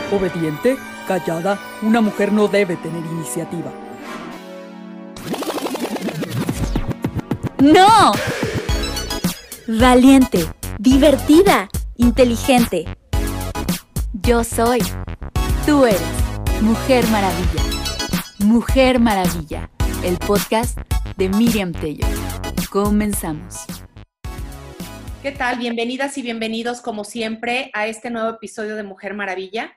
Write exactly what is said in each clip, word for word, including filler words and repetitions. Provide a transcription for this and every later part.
Obediente, callada, una mujer no debe tener iniciativa. ¡No! Valiente, divertida, inteligente. Yo soy. Tú eres. Mujer Maravilla. Mujer Maravilla, el podcast de Miriam Tello. Comenzamos. ¿Qué tal? Bienvenidas y bienvenidos, como siempre, a este nuevo episodio de Mujer Maravilla.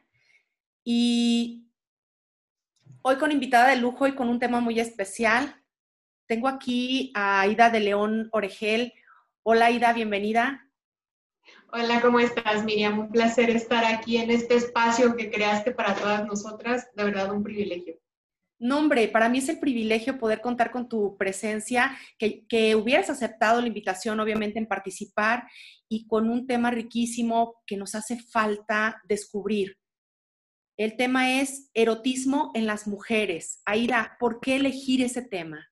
Y hoy con invitada de lujo y con un tema muy especial. Tengo aquí a Aida de León Oregel. Hola, Aida, bienvenida. Hola, ¿cómo estás, Miriam? Un placer estar aquí en este espacio que creaste para todas nosotras. De verdad, un privilegio. No, hombre, para mí es el privilegio poder contar con tu presencia, que, que hubieras aceptado la invitación, obviamente, en participar y con un tema riquísimo que nos hace falta descubrir. El tema es erotismo en las mujeres. Aida, ¿por qué elegir ese tema?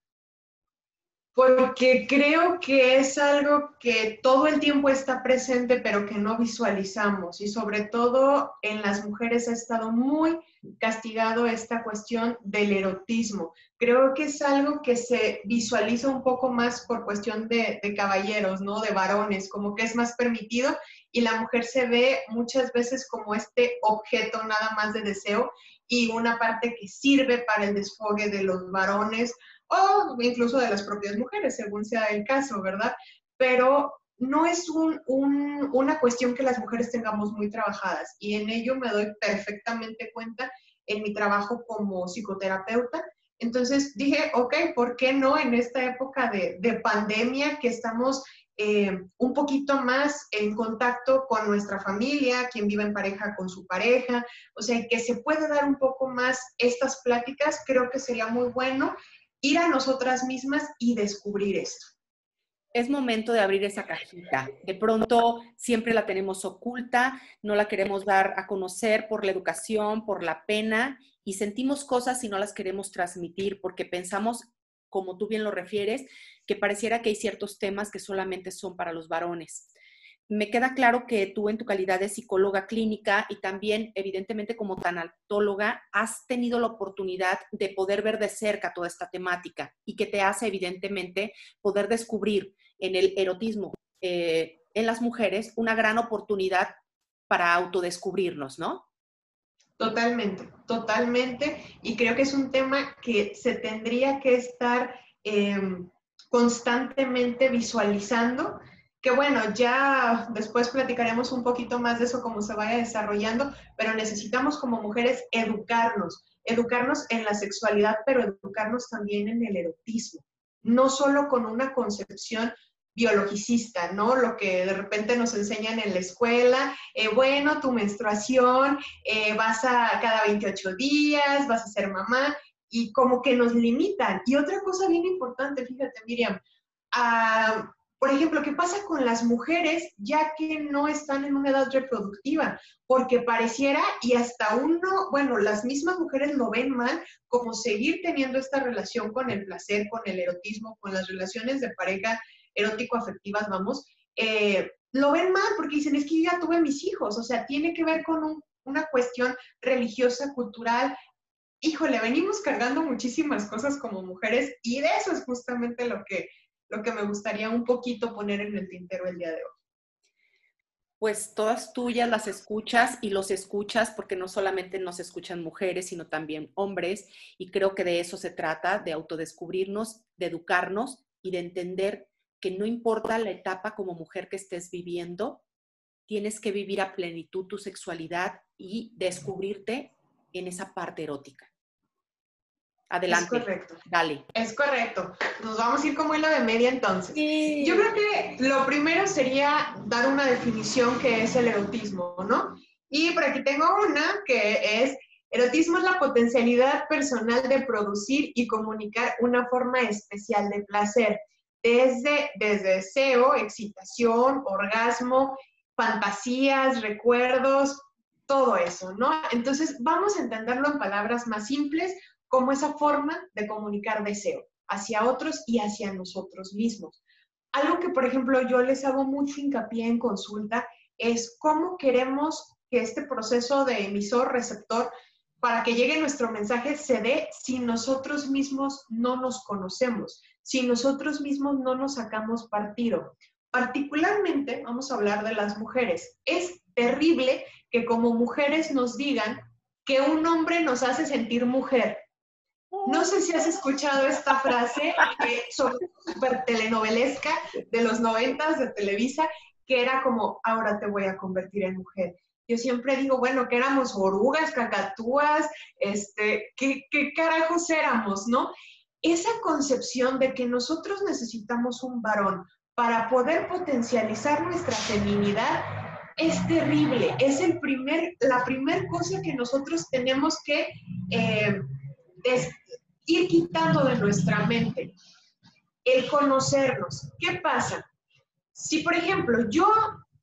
Porque creo que es algo que todo el tiempo está presente, pero que no visualizamos. Y sobre todo en las mujeres ha estado muy castigado esta cuestión del erotismo. Creo que es algo que se visualiza un poco más por cuestión de, de caballeros, ¿no? De varones, como que es más permitido. Y la mujer se ve muchas veces como este objeto nada más de deseo y una parte que sirve para el desfogue de los varones o incluso de las propias mujeres, según sea el caso, ¿verdad? Pero no es un, un, una cuestión que las mujeres tengamos muy trabajadas y en ello me doy perfectamente cuenta en mi trabajo como psicoterapeuta. Entonces dije, ok, ¿por qué no en esta época de, de pandemia que estamos eh, un poquito más en contacto con nuestra familia, quien vive en pareja con su pareja, o sea, que se puede dar un poco más estas pláticas? Creo que sería muy bueno ir a nosotras mismas y descubrir esto. Es momento de abrir esa cajita. De pronto siempre la tenemos oculta, no la queremos dar a conocer por la educación, por la pena, y sentimos cosas y no las queremos transmitir porque pensamos, como tú bien lo refieres, que pareciera que hay ciertos temas que solamente son para los varones. Me queda claro que tú en tu calidad de psicóloga clínica y también evidentemente como tanatóloga has tenido la oportunidad de poder ver de cerca toda esta temática y que te hace evidentemente poder descubrir en el erotismo eh, en las mujeres una gran oportunidad para autodescubrirnos, ¿no? Totalmente, totalmente. Y creo que es un tema que se tendría que estar eh, constantemente visualizando. Que bueno, ya después platicaremos un poquito más de eso, cómo se vaya desarrollando, pero necesitamos como mujeres educarnos, educarnos en la sexualidad, pero educarnos también en el erotismo, no solo con una concepción biologicista, ¿no? Lo que de repente nos enseñan en la escuela, eh, bueno, tu menstruación, eh, vas a cada veintiocho días, vas a ser mamá, y como que nos limitan. Y otra cosa bien importante, fíjate, Miriam, uh, por ejemplo, ¿qué pasa con las mujeres ya que no están en una edad reproductiva? Porque pareciera, y hasta uno, bueno, las mismas mujeres lo ven mal, como seguir teniendo esta relación con el placer, con el erotismo, con las relaciones de pareja erótico-afectivas, vamos, eh, lo ven mal porque dicen, es que yo ya tuve mis hijos, o sea, tiene que ver con un, una cuestión religiosa, cultural. Híjole, venimos cargando muchísimas cosas como mujeres y de eso es justamente lo que lo que me gustaría un poquito poner en el tintero el día de hoy. Pues todas tuyas las escuchas y los escuchas porque no solamente nos escuchan mujeres, sino también hombres, y creo que de eso se trata, de autodescubrirnos, de educarnos y de entender que no importa la etapa como mujer que estés viviendo, tienes que vivir a plenitud tu sexualidad y descubrirte en esa parte erótica. Adelante. Es correcto. Dale. Es correcto. Nos vamos a ir como en la de media entonces. Sí. Yo creo que lo primero sería dar una definición que es el erotismo, ¿no? Y por aquí tengo una que es, erotismo es la potencialidad personal de producir y comunicar una forma especial de placer, desde, desde deseo, excitación, orgasmo, fantasías, recuerdos, todo eso, ¿no? Entonces vamos a entenderlo en palabras más simples, como esa forma de comunicar deseo hacia otros y hacia nosotros mismos. Algo que, por ejemplo, yo les hago mucho hincapié en consulta es cómo queremos que este proceso de emisor-receptor, para que llegue nuestro mensaje, se dé si nosotros mismos no nos conocemos, si nosotros mismos no nos sacamos partido. Particularmente, vamos a hablar de las mujeres. Es terrible que como mujeres nos digan que un hombre nos hace sentir mujer. No sé si has escuchado esta frase, eh, sobre súper telenovelesca de los noventas de Televisa, que era como, ahora te voy a convertir en mujer. Yo siempre digo, bueno, que éramos orugas, cacatúas, este, ¿qué, qué carajos éramos, no? Esa concepción de que nosotros necesitamos un varón para poder potencializar nuestra feminidad es terrible. Es el primer, la primera cosa que nosotros tenemos que eh, des, ir quitando de nuestra mente. El conocernos. ¿Qué pasa? Si, por ejemplo, yo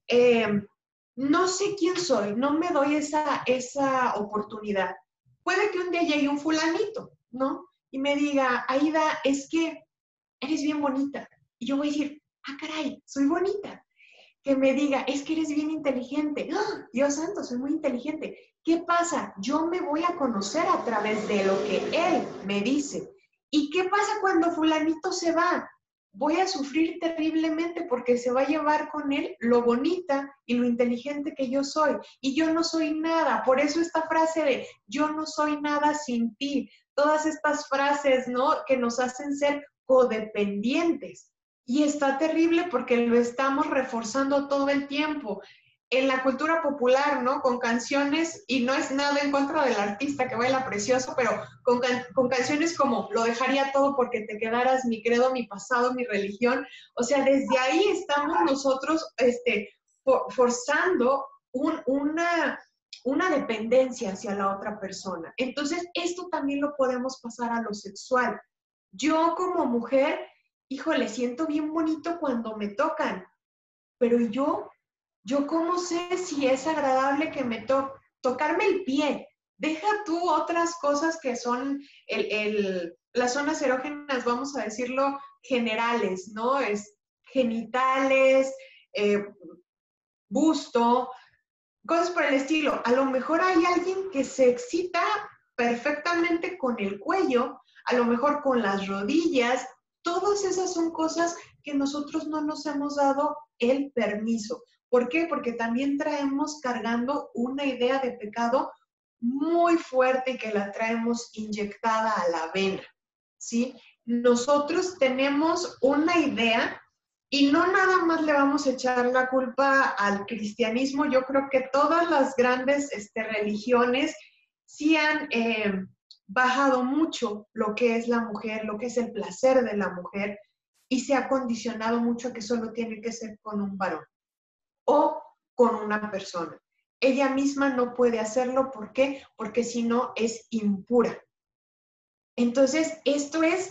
eh, no sé quién soy, no me doy esa, esa oportunidad, puede que un día llegue un fulanito, ¿no? Y me diga, Aida, es que eres bien bonita. Y yo voy a decir, ah, caray, soy bonita. Que me diga, es que eres bien inteligente. ¡Oh, Dios santo, soy muy inteligente! ¿Qué pasa? Yo me voy a conocer a través de lo que él me dice. ¿Y qué pasa cuando fulanito se va? Voy a sufrir terriblemente porque se va a llevar con él lo bonita y lo inteligente que yo soy. Y yo no soy nada. Por eso esta frase de yo no soy nada sin ti. Todas estas frases, ¿no?, que nos hacen ser codependientes. Y está terrible porque lo estamos reforzando todo el tiempo. En la cultura popular, ¿no?, con canciones, y no es nada en contra del artista que baila precioso, pero con, can con canciones como lo dejaría todo porque te quedaras, mi credo, mi pasado, mi religión. O sea, desde ahí estamos nosotros este, for forzando un, una, una dependencia hacia la otra persona. Entonces, esto también lo podemos pasar a lo sexual. Yo como mujer, híjole, siento bien bonito cuando me tocan, pero yo... ¿Yo cómo sé si es agradable que me to tocarme el pie? Deja tú otras cosas que son el, el, las zonas erógenas, vamos a decirlo, generales, ¿no? Es genitales, eh, busto, cosas por el estilo. A lo mejor hay alguien que se excita perfectamente con el cuello, a lo mejor con las rodillas. Todas esas son cosas que nosotros no nos hemos dado el permiso. ¿Por qué? Porque también traemos cargando una idea de pecado muy fuerte y que la traemos inyectada a la vena, ¿sí? Nosotros tenemos una idea y no nada más le vamos a echar la culpa al cristianismo. Yo creo que todas las grandes este, religiones sí han eh, bajado mucho lo que es la mujer, lo que es el placer de la mujer, y se ha condicionado mucho a que solo tiene que ser con un varón o con una persona. Ella misma no puede hacerlo. ¿Por qué? Porque si no es impura. Entonces, esto es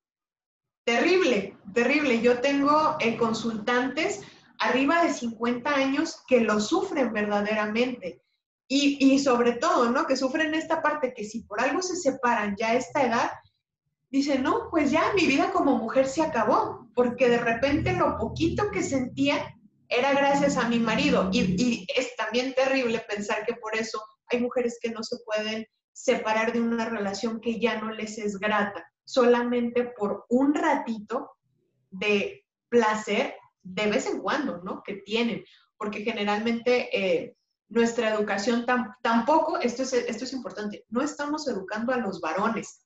terrible, terrible. Yo tengo eh, consultantes arriba de cincuenta años que lo sufren verdaderamente. Y, y sobre todo, ¿no?, que sufren esta parte que si por algo se separan ya a esta edad, dicen, no, pues ya mi vida como mujer se acabó, porque de repente lo poquito que sentía era gracias a mi marido. Y, y es también terrible pensar que por eso hay mujeres que no se pueden separar de una relación que ya no les es grata, solamente por un ratito de placer de vez en cuando, ¿no?, que tienen. Porque generalmente eh, nuestra educación tam tampoco, esto es, esto es importante, no estamos educando a los varones.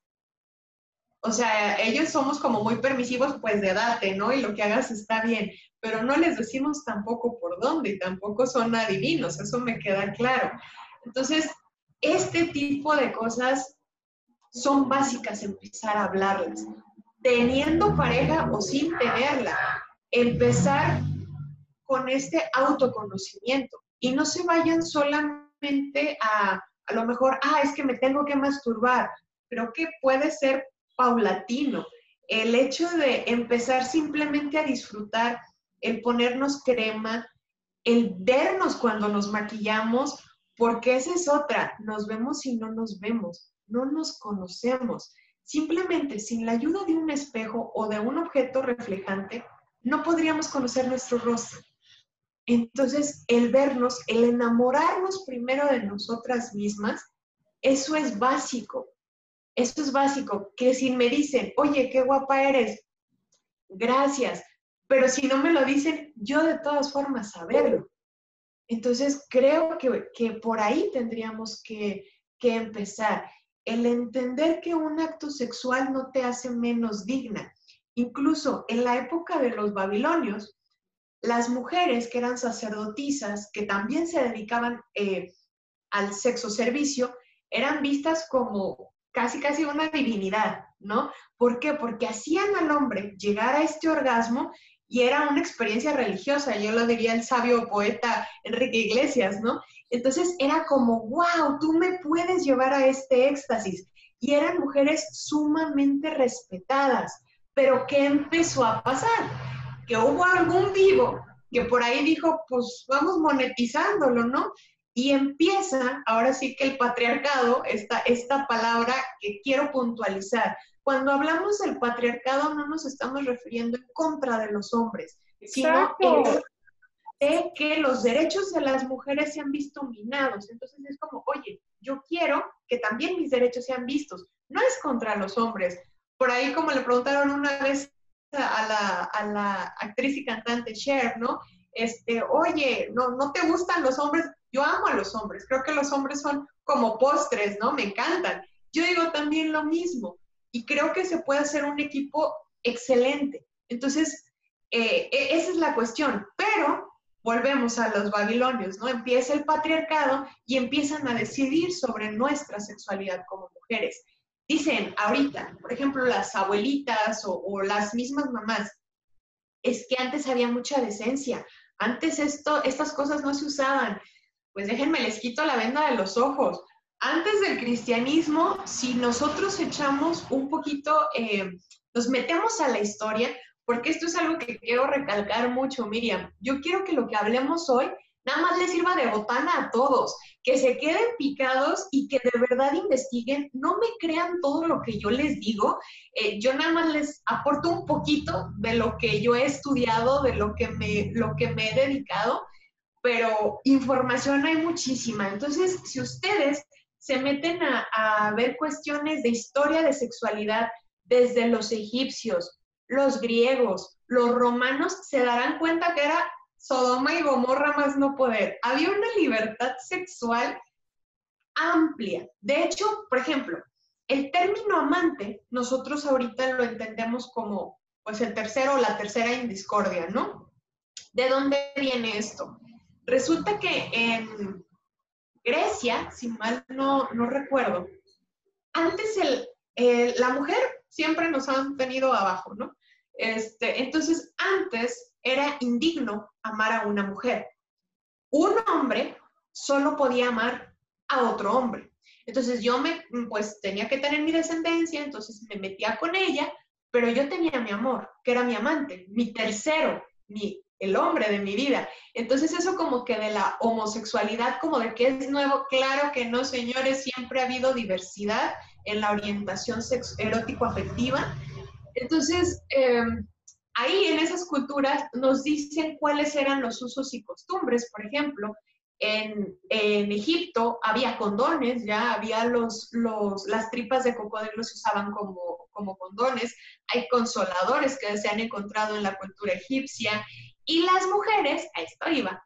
O sea, ellos somos como muy permisivos, pues de date, ¿no? Y lo que hagas está bien, pero no les decimos tampoco por dónde, y tampoco son adivinos, eso me queda claro. Entonces, este tipo de cosas son básicas, empezar a hablarlas. Teniendo pareja o sin tenerla, empezar con este autoconocimiento. Y no se vayan solamente a, a lo mejor, ah, es que me tengo que masturbar. Creo que puede ser paulatino. El hecho de empezar simplemente a disfrutar, el ponernos crema, el vernos cuando nos maquillamos, porque esa es otra, nos vemos y no nos vemos, no nos conocemos. Simplemente sin la ayuda de un espejo o de un objeto reflejante, no podríamos conocer nuestro rostro. Entonces, el vernos, el enamorarnos primero de nosotras mismas, eso es básico. Eso es básico. Que si me dicen, oye, qué guapa eres, gracias. Pero si no me lo dicen, yo de todas formas saberlo. Entonces, creo que, que por ahí tendríamos que, que empezar. El entender que un acto sexual no te hace menos digna. Incluso en la época de los babilonios, las mujeres que eran sacerdotisas, que también se dedicaban eh, al sexo servicio, eran vistas como casi casi una divinidad, ¿no? ¿Por qué? Porque hacían al hombre llegar a este orgasmo y era una experiencia religiosa, yo lo diría el sabio poeta Enrique Iglesias, ¿no? Entonces era como, wow, tú me puedes llevar a este éxtasis. Y eran mujeres sumamente respetadas. Pero ¿qué empezó a pasar? Que hubo algún vivo que por ahí dijo, pues vamos monetizándolo, ¿no? Y empieza, ahora sí que el patriarcado, esta, esta palabra que quiero puntualizar. Cuando hablamos del patriarcado no nos estamos refiriendo en contra de los hombres, Exacto. sino en de que los derechos de las mujeres sean visto minados. Entonces es como, oye, yo quiero que también mis derechos sean vistos. No es contra los hombres. Por ahí, como le preguntaron una vez a la, a la actriz y cantante Cher, ¿no? Este, oye, ¿no, ¿no te gustan los hombres? Yo amo a los hombres. Creo que los hombres son como postres, ¿no? Me encantan. Yo digo también lo mismo. Y creo que se puede hacer un equipo excelente. Entonces, eh, esa es la cuestión. Pero volvemos a los babilonios, ¿no? Empieza el patriarcado y empiezan a decidir sobre nuestra sexualidad como mujeres. Dicen ahorita, por ejemplo, las abuelitas o, o las mismas mamás, es que antes había mucha decencia, antes esto, estas cosas no se usaban. Pues déjenme, les quito la venda de los ojos. Antes del cristianismo, si nosotros echamos un poquito, eh, nos metemos a la historia, porque esto es algo que quiero recalcar mucho, Miriam. Yo quiero que lo que hablemos hoy nada más les sirva de botana a todos, que se queden picados y que de verdad investiguen. No me crean todo lo que yo les digo. Eh, yo nada más les aporto un poquito de lo que yo he estudiado, de lo que me, lo que me he dedicado, pero información hay muchísima. Entonces, si ustedes se meten a, a ver cuestiones de historia de sexualidad desde los egipcios, los griegos, los romanos, se darán cuenta que era Sodoma y Gomorra más no poder. Había una libertad sexual amplia. De hecho, por ejemplo, el término amante, nosotros ahorita lo entendemos como pues el tercero o la tercera en discordia, ¿no? ¿De dónde viene esto? Resulta que en Grecia, si mal no, no recuerdo, antes el, el, la mujer siempre nos han tenido abajo, ¿no? Este, entonces, antes era indigno amar a una mujer. Un hombre solo podía amar a otro hombre. Entonces, yo me, pues, tenía que tener mi descendencia, entonces me metía con ella, pero yo tenía mi amor, que era mi amante, mi tercero, mi, el hombre de mi vida. Entonces, eso como que de la homosexualidad, como de que es nuevo, claro que no, señores, siempre ha habido diversidad en la orientación erótico-afectiva. Entonces, eh, ahí en esas culturas nos dicen cuáles eran los usos y costumbres. Por ejemplo, en, en Egipto había condones, ya había los, los, las tripas de cocodrilo se usaban como, como condones. Hay consoladores que se han encontrado en la cultura egipcia. Y las mujeres, a esto iba,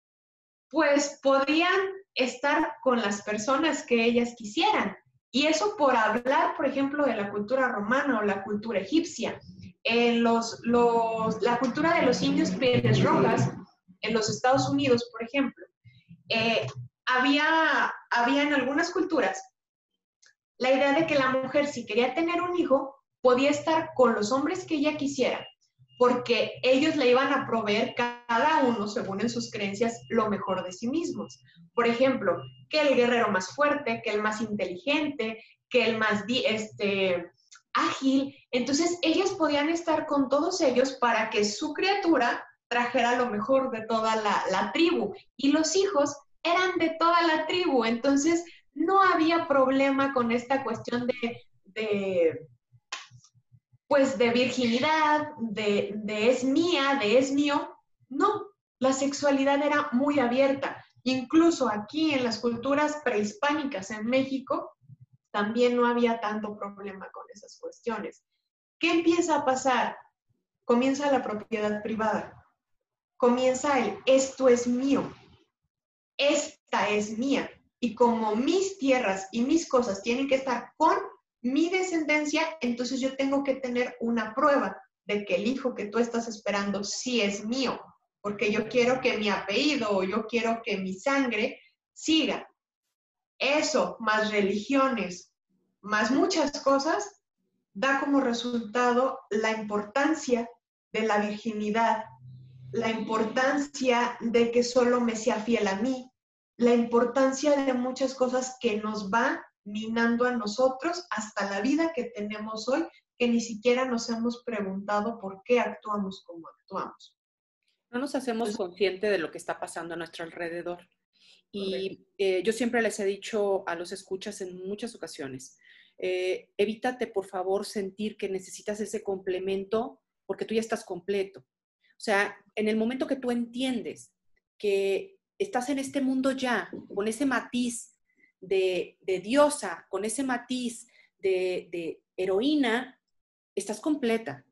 pues podían estar con las personas que ellas quisieran. Y eso por hablar, por ejemplo, de la cultura romana o la cultura egipcia. En los, los, la cultura de los indios pieles rojas, en los Estados Unidos, por ejemplo, eh, había, había en algunas culturas la idea de que la mujer, si quería tener un hijo, podía estar con los hombres que ella quisiera, porque ellos le iban a proveer cada uno, según en sus creencias, lo mejor de sí mismos. Por ejemplo, que el guerrero más fuerte, que el más inteligente, que el más este, ágil. Entonces, ellos podían estar con todos ellos para que su criatura trajera lo mejor de toda la, la tribu. Y los hijos eran de toda la tribu. Entonces, no había problema con esta cuestión de... de pues de virginidad, de, de es mía, de es mío. No, la sexualidad era muy abierta. Incluso aquí en las culturas prehispánicas en México, también no había tanto problema con esas cuestiones. ¿Qué empieza a pasar? Comienza la propiedad privada. Comienza el esto es mío. Esta es mía. Y como mis tierras y mis cosas tienen que estar con mi descendencia, entonces yo tengo que tener una prueba de que el hijo que tú estás esperando sí es mío, porque yo quiero que mi apellido o yo quiero que mi sangre siga. Eso, más religiones, más muchas cosas, da como resultado la importancia de la virginidad, la importancia de que solo me sea fiel a mí, la importancia de muchas cosas que nos va minando a nosotros hasta la vida que tenemos hoy, que ni siquiera nos hemos preguntado por qué actuamos como actuamos. No nos hacemos conscientes de lo que está pasando a nuestro alrededor. Y eh, yo siempre les he dicho a los escuchas en muchas ocasiones, eh, evítate por favor sentir que necesitas ese complemento porque tú ya estás completo. O sea, en el momento que tú entiendes que estás en este mundo ya, con ese matiz de, de diosa, con ese matiz de, de heroína, estás completa.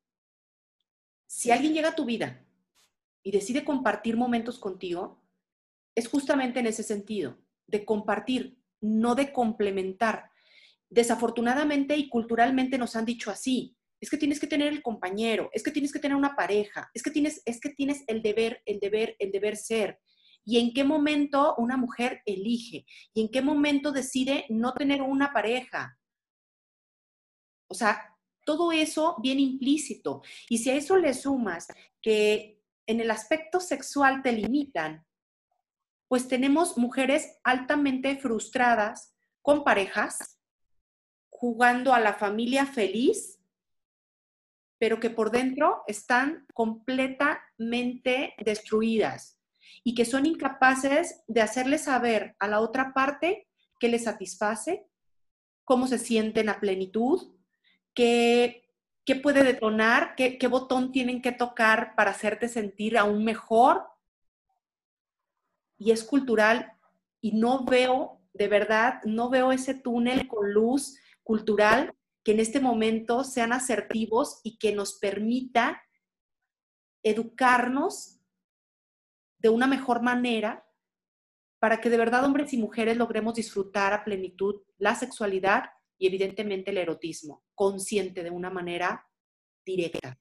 Si alguien llega a tu vida y decide compartir momentos contigo, es justamente en ese sentido, de compartir, no de complementar. Desafortunadamente y culturalmente nos han dicho así, es que tienes que tener el compañero, es que tienes que tener una pareja, es que tienes, es que tienes el deber, el deber, el deber ser. ¿Y en qué momento una mujer elige? ¿Y en qué momento decide no tener una pareja? O sea, todo eso viene implícito. Y si a eso le sumas que en el aspecto sexual te limitan, pues tenemos mujeres altamente frustradas con parejas, jugando a la familia feliz, pero que por dentro están completamente destruidas y que son incapaces de hacerle saber a la otra parte qué les satisface, cómo se sienten a plenitud, qué, qué puede detonar, qué, qué botón tienen que tocar para hacerte sentir aún mejor. Y es cultural y no veo, de verdad, no veo ese túnel con luz cultural que en este momento sean asertivos y que nos permita educarnos de una mejor manera para que de verdad hombres y mujeres logremos disfrutar a plenitud la sexualidad y evidentemente el erotismo, consciente de una manera directa.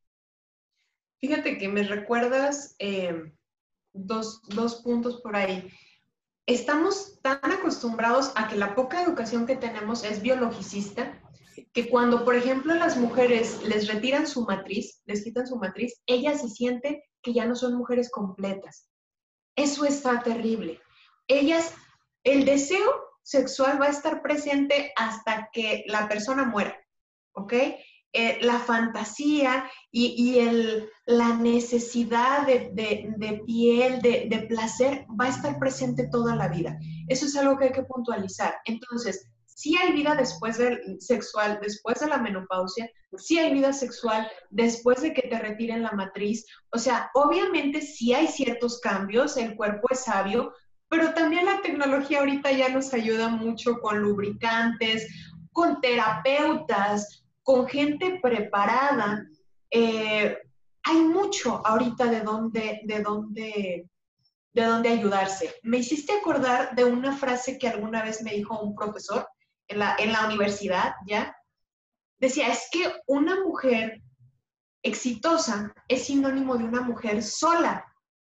Fíjate que me recuerdas eh, dos, dos puntos por ahí. Estamos tan acostumbrados a que la poca educación que tenemos es biologicista, que cuando, por ejemplo, las mujeres les retiran su matriz, les quitan su matriz, ellas se sienten que ya no son mujeres completas. Eso está terrible. Ellas, el deseo sexual va a estar presente hasta que la persona muera, ¿ok? Eh, la fantasía y, y el, la necesidad de, de, de piel, de, de placer, va a estar presente toda la vida. Eso es algo que hay que puntualizar. Entonces, sí hay vida después del sexual, después de la menopausia, sí hay vida sexual después de que te retiren la matriz. O sea, obviamente sí hay ciertos cambios, el cuerpo es sabio, pero también la tecnología ahorita ya nos ayuda mucho con lubricantes, con terapeutas, con gente preparada. Eh, hay mucho ahorita de dónde, de dónde, de dónde ayudarse. Me hiciste acordar de una frase que alguna vez me dijo un profesor en la, en la universidad, ¿ya? Decía, es que una mujer exitosa es sinónimo de una mujer sola.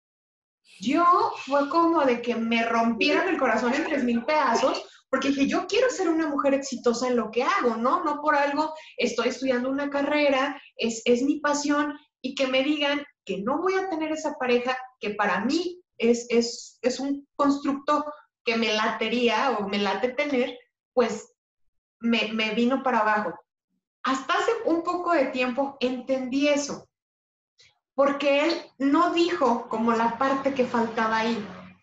Yo fue como de que me rompieron el corazón en tres mil pedazos, porque dije, yo quiero ser una mujer exitosa en lo que hago, ¿no? No por algo estoy estudiando una carrera, es, es mi pasión, y que me digan que no voy a tener esa pareja, que para mí es, es, es un constructo que me latería o me late tener, pues me, me vino para abajo. Hasta hace un poco de tiempo entendí eso, porque él no dijo como la parte que faltaba ahí.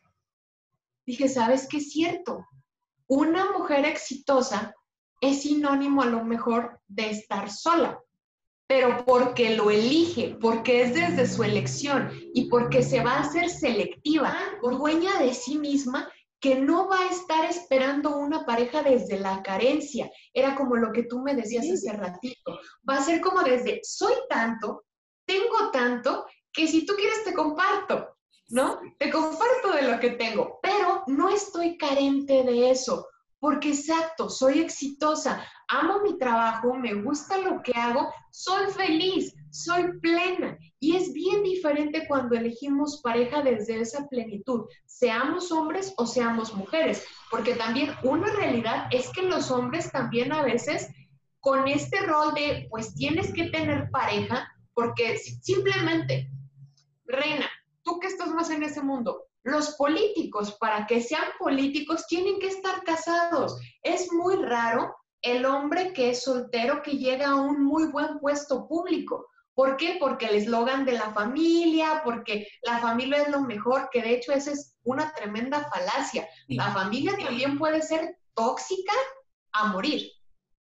Dije, ¿sabes qué es cierto? Una mujer exitosa es sinónimo a lo mejor de estar sola. pero porque lo elige, porque es desde su elección y porque se va a hacer selectiva, dueña de sí misma, que no va a estar esperando una pareja desde la carencia. Era como lo que tú me decías sí. hace ratito. Va a ser como desde, soy tanto, tengo tanto, que si tú quieres te comparto, ¿no? Te comparto de lo que tengo, pero no estoy carente de eso, porque exacto, soy exitosa, amo mi trabajo, me gusta lo que hago, soy feliz, soy plena. Y es bien diferente cuando elegimos pareja desde esa plenitud, seamos hombres o seamos mujeres, porque también una realidad es que los hombres también a veces con este rol de, pues tienes que tener pareja, porque simplemente, reina, tú que estás más en ese mundo, los políticos, para que sean políticos, tienen que estar casados. Es muy raro el hombre que es soltero que llega a un muy buen puesto público. ¿Por qué? Porque el eslogan de la familia, porque la familia es lo mejor, que de hecho esa es una tremenda falacia. La familia también puede ser tóxica a morir.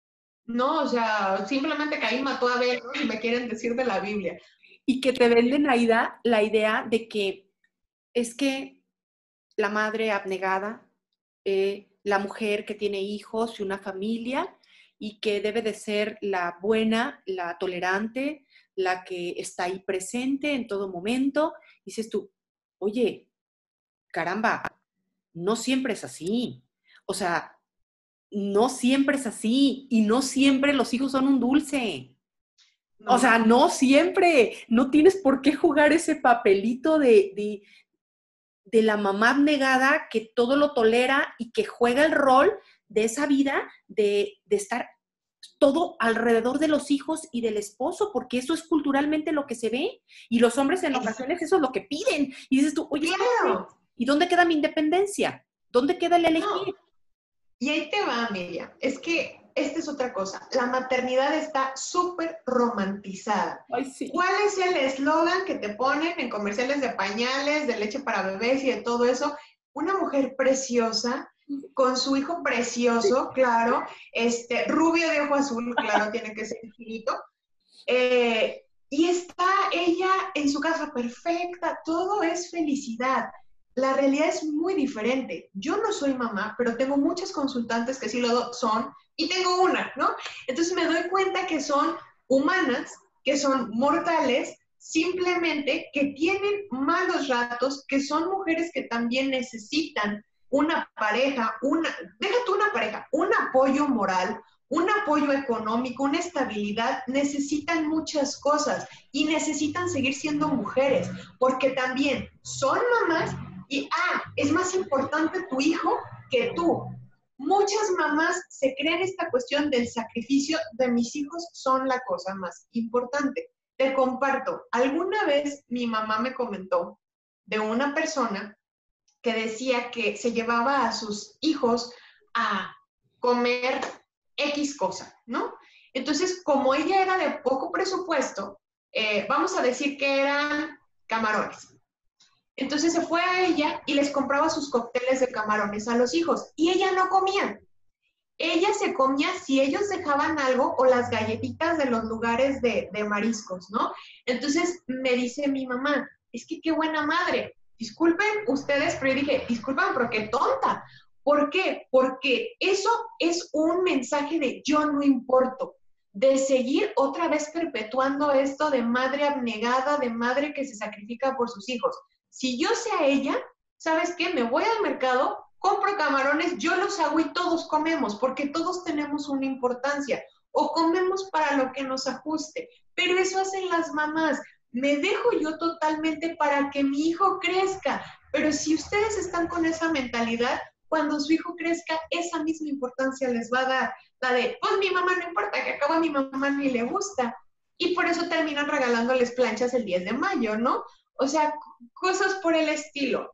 No, o sea, simplemente Caín mató a Abel, ¿no? Y me quieren decir de la Biblia. Y que te venden, Aida, la idea de que es que la madre abnegada, eh, la mujer que tiene hijos y una familia y que debe de ser la buena, la tolerante, la que está ahí presente en todo momento. Dices tú, oye, caramba, no siempre es así. O sea, no siempre es así y no siempre los hijos son un dulce. No. O sea, no siempre. No tienes por qué jugar ese papelito de... de de la mamá abnegada que todo lo tolera y que juega el rol de esa vida de, de estar todo alrededor de los hijos y del esposo, porque eso es culturalmente lo que se ve. Y los hombres en ocasiones eso es lo que piden. Y dices tú, oye, claro. ¿Y dónde queda mi independencia? ¿Dónde queda el elegir? No. Y ahí te va, Miriam. Es que esta es otra cosa. La maternidad está súper romantizada. Ay, sí. ¿Cuál es el eslogan que te ponen en comerciales de pañales, de leche para bebés y de todo eso? Una mujer preciosa, con su hijo precioso, claro, este, rubio de ojo azul, claro, tiene que ser infinito. Eh, y está ella en su casa perfecta, todo es felicidad. La realidad es muy diferente. Yo no soy mamá, pero tengo muchas consultantes que sí lo son, y tengo una, ¿no? Entonces me doy cuenta que son humanas, que son mortales, simplemente que tienen malos ratos, que son mujeres que también necesitan una pareja, una, déjate una pareja, un apoyo moral, un apoyo económico, una estabilidad, necesitan muchas cosas y necesitan seguir siendo mujeres, porque también son mamás y, ah, es más importante tu hijo que tú. Muchas mamás se creen esta cuestión del sacrificio de mis hijos son la cosa más importante. Te comparto, alguna vez mi mamá me comentó de una persona que decía que se llevaba a sus hijos a comer X cosa, ¿no? Entonces, como ella era de poco presupuesto, eh, vamos a decir que eran camarones. Entonces se fue a ella y les compraba sus cócteles de camarones a los hijos. Y ella no comía. Ella se comía si ellos dejaban algo o las galletitas de los lugares de, de mariscos, ¿no? Entonces me dice mi mamá, es que qué buena madre. Disculpen ustedes, pero yo dije, disculpen, pero qué tonta. ¿Por qué? Porque eso es un mensaje de yo no importo. De seguir otra vez perpetuando esto de madre abnegada, de madre que se sacrifica por sus hijos. Si yo sea ella, ¿sabes qué? Me voy al mercado, compro camarones, yo los hago y todos comemos, porque todos tenemos una importancia. O comemos para lo que nos ajuste. Pero eso hacen las mamás. Me dejo yo totalmente para que mi hijo crezca. Pero si ustedes están con esa mentalidad, cuando su hijo crezca, esa misma importancia les va a dar. La de, pues mi mamá no importa, que acaba mi mamá ni le gusta. Y por eso terminan regalándoles planchas el diez de mayo, ¿no? O sea, cosas por el estilo.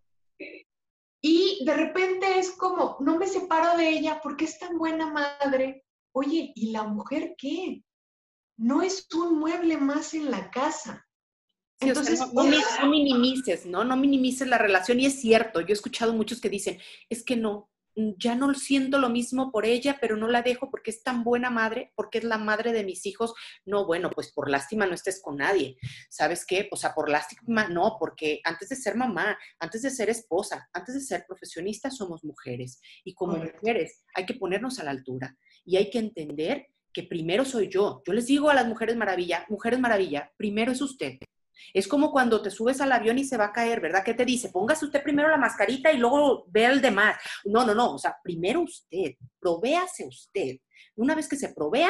Y de repente es como, no me separo de ella porque es tan buena madre. Oye, ¿y la mujer qué? No es un mueble más en la casa. Sí, entonces, o sea, no, no, no minimices, ¿no? No minimices la relación. Y es cierto, yo he escuchado muchos que dicen, es que no, ya no siento lo mismo por ella, pero no la dejo porque es tan buena madre, porque es la madre de mis hijos. No, bueno, pues por lástima no estés con nadie. ¿Sabes qué? O sea, por lástima no, porque antes de ser mamá, antes de ser esposa, antes de ser profesionista, somos mujeres. Y como Correcto. mujeres hay que ponernos a la altura y hay que entender que primero soy yo. Yo les digo a las mujeres maravilla, mujeres maravilla, primero es usted. Es como cuando te subes al avión y se va a caer, ¿verdad? ¿Qué te dice? Póngase usted primero la mascarita y luego ve al demás. No, no, no. O sea, primero usted, provéase usted. Una vez que se provea,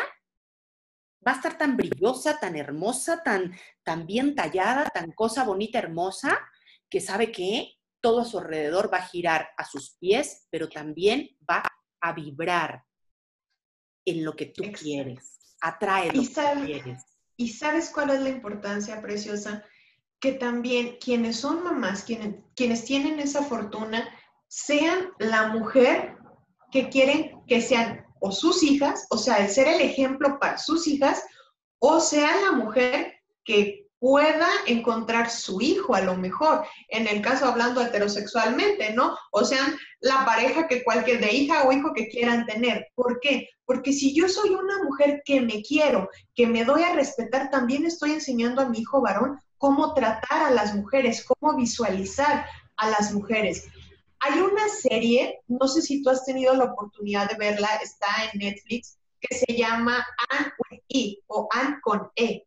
va a estar tan brillosa, tan hermosa, tan, tan bien tallada, tan cosa bonita, hermosa, que sabe que todo a su alrededor va a girar a sus pies, pero también va a vibrar en lo que tú Exacto. quieres. Atrae lo Y que sabes, tú quieres. ¿y sabes cuál es la importancia, preciosa? Que también quienes son mamás, quienes, quienes tienen esa fortuna, sean la mujer que quieren que sean o sus hijas, o sea, el ser el ejemplo para sus hijas, o sea la mujer que pueda encontrar su hijo a lo mejor, en el caso hablando heterosexualmente, ¿no? O sea, la pareja que cualquier de hija o hijo que quieran tener. ¿Por qué? Porque si yo soy una mujer que me quiero, que me doy a respetar, también estoy enseñando a mi hijo varón cómo tratar a las mujeres, cómo visualizar a las mujeres. Hay una serie, no sé si tú has tenido la oportunidad de verla, está en Netflix, que se llama Anne with E o Anne con E.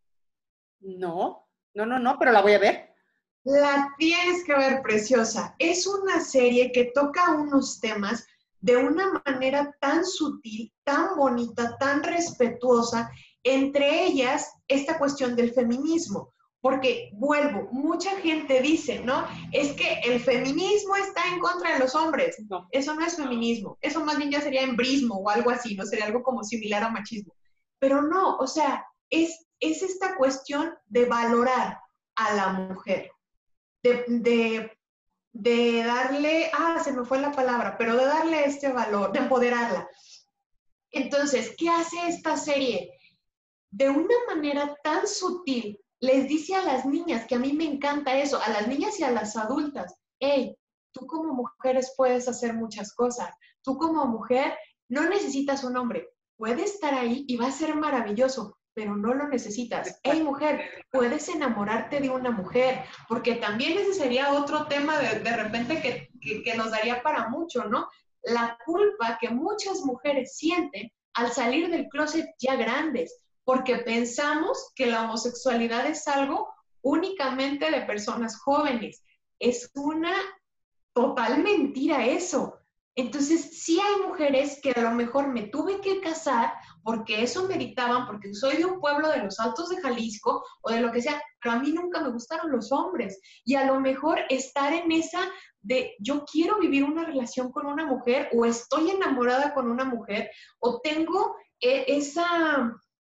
No, no, no, no, pero la voy a ver. La tienes que ver, preciosa. Es una serie que toca unos temas de una manera tan sutil, tan bonita, tan respetuosa, entre ellas esta cuestión del feminismo. Porque, vuelvo, mucha gente dice, ¿no? Es que el feminismo está en contra de los hombres. No. Eso no es feminismo. Eso más bien ya sería embrismo o algo así, ¿no? Sería algo como similar a machismo. Pero no, o sea, es, es esta cuestión de valorar a la mujer. De, de, de darle, ah, se me fue la palabra, pero de darle este valor, de empoderarla. Entonces, ¿qué hace esta serie? De una manera tan sutil, les dice a las niñas, que a mí me encanta eso, a las niñas y a las adultas, hey, tú como mujeres puedes hacer muchas cosas, tú como mujer no necesitas un hombre, puede estar ahí y va a ser maravilloso, pero no lo necesitas. Hey, mujer, puedes enamorarte de una mujer, porque también ese sería otro tema de, de repente que, que, que nos daría para mucho, ¿no? La culpa que muchas mujeres sienten al salir del closet ya grandes, porque pensamos que la homosexualidad es algo únicamente de personas jóvenes. Es una total mentira eso. Entonces, sí hay mujeres que a lo mejor me tuve que casar porque eso me dictaban, porque soy de un pueblo de los Altos de Jalisco o de lo que sea, pero a mí nunca me gustaron los hombres. Y a lo mejor estar en esa de yo quiero vivir una relación con una mujer o estoy enamorada con una mujer o tengo eh, esa...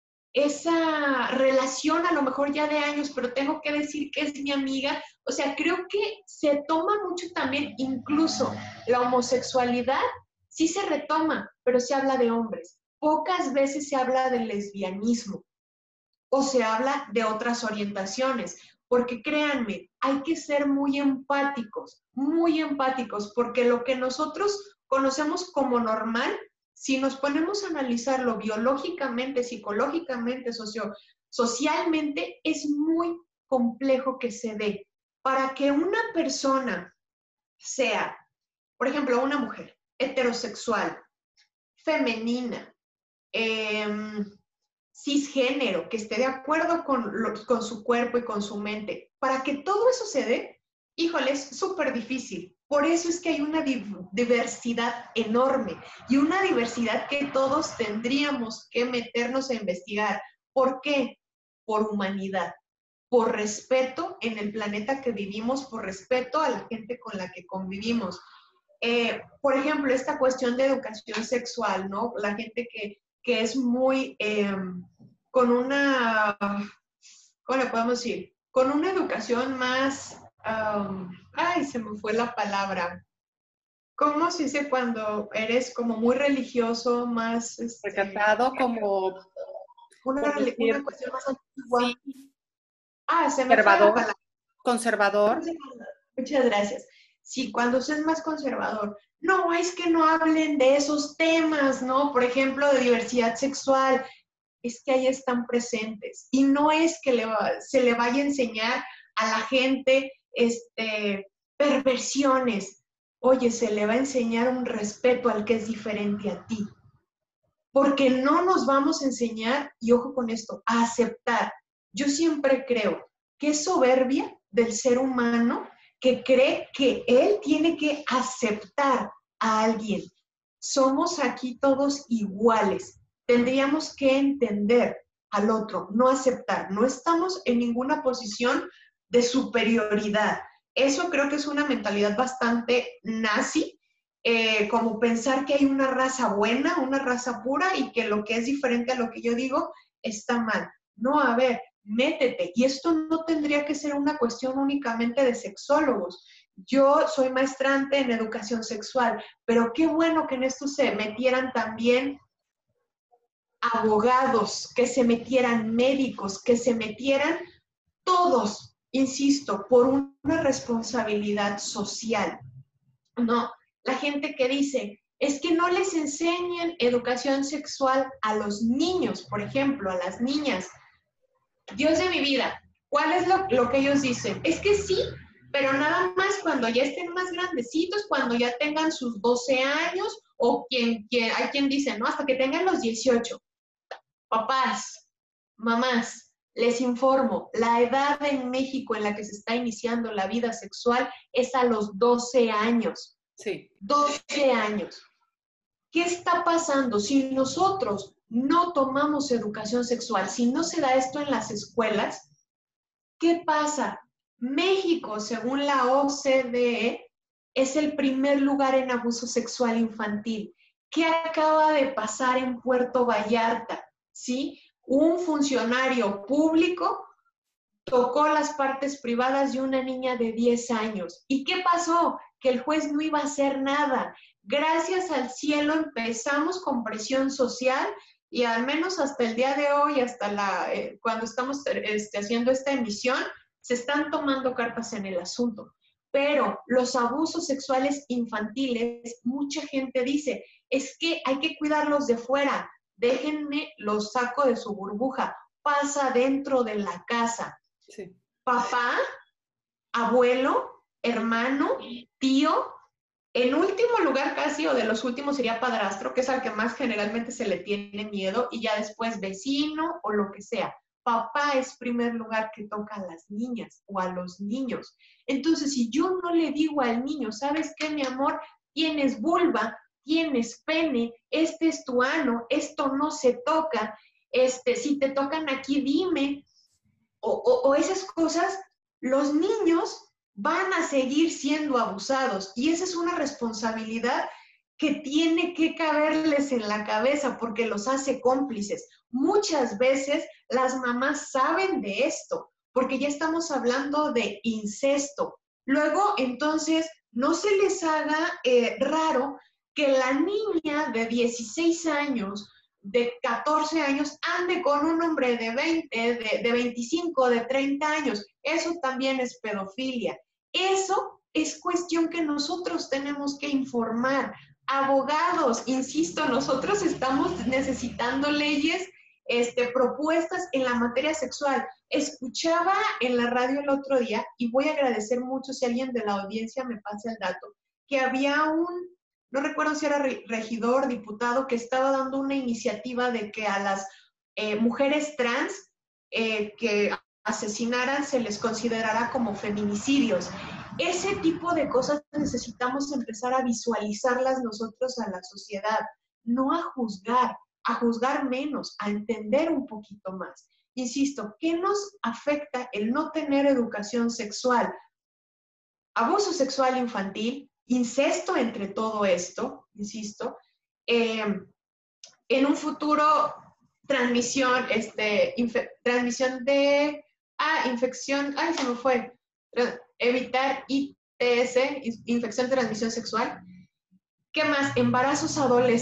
esa relación a lo mejor ya de años, pero tengo que decir que es mi amiga. O sea, creo que se toma mucho también, incluso la homosexualidad sí se retoma, pero se habla de hombres. Pocas veces se habla del lesbianismo o se habla de otras orientaciones, porque créanme, hay que ser muy empáticos, muy empáticos, porque lo que nosotros conocemos como normal, si nos ponemos a analizarlo biológicamente, psicológicamente, socio, socialmente, es muy complejo que se dé. Para que una persona sea, por ejemplo, una mujer heterosexual, femenina, eh, cisgénero, que esté de acuerdo con, lo, con su cuerpo y con su mente, para que todo eso se dé, híjole, es súper difícil. Por eso es que hay una diversidad enorme y una diversidad que todos tendríamos que meternos a investigar. ¿Por qué? Por humanidad, por respeto en el planeta que vivimos, por respeto a la gente con la que convivimos. Eh, por ejemplo, esta cuestión de educación sexual, ¿no? La gente que, que es muy, eh, con una, ¿cómo le podemos decir? Con una educación más... Um, ay, se me fue la palabra. ¿Cómo se dice cuando eres como muy religioso, más... Este, recatado, como... Una, decir, una cuestión más antigua. Sí. Ah, se me fue la palabra. Conservador. Muchas gracias. Sí, cuando usted es más conservador, no, es que no hablen de esos temas, ¿no? Por ejemplo, de diversidad sexual, es que ahí están presentes. Y no es que le va, se le vaya a enseñar a la gente este, perversiones. Oye, se le va a enseñar un respeto al que es diferente a ti. Porque no nos vamos a enseñar, y ojo con esto, a aceptar. Yo siempre creo que es soberbia del ser humano que cree que él tiene que aceptar a alguien. Somos aquí todos iguales. Tendríamos que entender al otro, no aceptar. No estamos en ninguna posición de superioridad. Eso creo que es una mentalidad bastante nazi, eh, como pensar que hay una raza buena, una raza pura y que lo que es diferente a lo que yo digo está mal. No, a ver, métete. Y esto no tendría que ser una cuestión únicamente de sexólogos. Yo soy maestrante en educación sexual, pero qué bueno que en esto se metieran también abogados, que se metieran médicos, que se metieran todos, insisto, por una responsabilidad social. No, la gente que dice, es que no les enseñan educación sexual a los niños, por ejemplo, a las niñas. Dios de mi vida, ¿cuál es lo, lo que ellos dicen? Es que sí, pero nada más cuando ya estén más grandecitos, cuando ya tengan sus doce años, o quien, quien, hay quien dice, ¿no? Hasta que tengan los dieciocho. Papás, mamás, les informo, la edad en México en la que se está iniciando la vida sexual es a los doce años. Sí. doce años. ¿Qué está pasando? Si nosotros no tomamos educación sexual, si no se da esto en las escuelas, ¿qué pasa? México, según la O C D E, es el primer lugar en abuso sexual infantil. ¿Qué acaba de pasar en Puerto Vallarta? ¿Sí? Un funcionario público tocó las partes privadas de una niña de diez años. ¿Y qué pasó? Que el juez no iba a hacer nada. Gracias al cielo empezamos con presión social y al menos hasta el día de hoy, hasta la, eh, cuando estamos este, haciendo esta emisión, se están tomando cartas en el asunto. Pero los abusos sexuales infantiles, mucha gente dice, es que hay que cuidarlos de fuera. Déjenme, los saco de su burbuja. Pasa dentro de la casa. Sí. Papá, abuelo, hermano, tío, en último lugar casi, o de los últimos sería padrastro, que es al que más generalmente se le tiene miedo, y ya después vecino o lo que sea. Papá es primer lugar que toca a las niñas o a los niños. Entonces, si yo no le digo al niño, ¿sabes qué, mi amor? Tienes vulva, tienes pene, este es tu ano, esto no se toca, este, si te tocan aquí, dime, o, o, o esas cosas, los niños van a seguir siendo abusados y esa es una responsabilidad que tiene que caberles en la cabeza porque los hace cómplices. Muchas veces las mamás saben de esto porque ya estamos hablando de incesto. Luego, entonces, no se les haga eh, raro que la niña de dieciséis años, de catorce años, ande con un hombre de veinte, de, de veinticinco, de treinta años. Eso también es pedofilia. Eso es cuestión que nosotros tenemos que informar. Abogados, insisto, nosotros estamos necesitando leyes, este, propuestas en la materia sexual. Escuchaba en la radio el otro día, y voy a agradecer mucho si alguien de la audiencia me pasa el dato, que había un, no recuerdo si era regidor, diputado, que estaba dando una iniciativa de que a las eh, mujeres trans eh, que asesinaran se les considerará como feminicidios. Ese tipo de cosas necesitamos empezar a visualizarlas nosotros a la sociedad, no a juzgar, a juzgar menos, a entender un poquito más. Insisto, ¿qué nos afecta el no tener educación sexual? Abuso sexual infantil, incesto entre todo esto, insisto, eh, en un futuro transmisión, este, transmisión de, ah, infección, ay, se me fue, evitar I T S, infección de transmisión sexual. ¿Qué más? Embarazos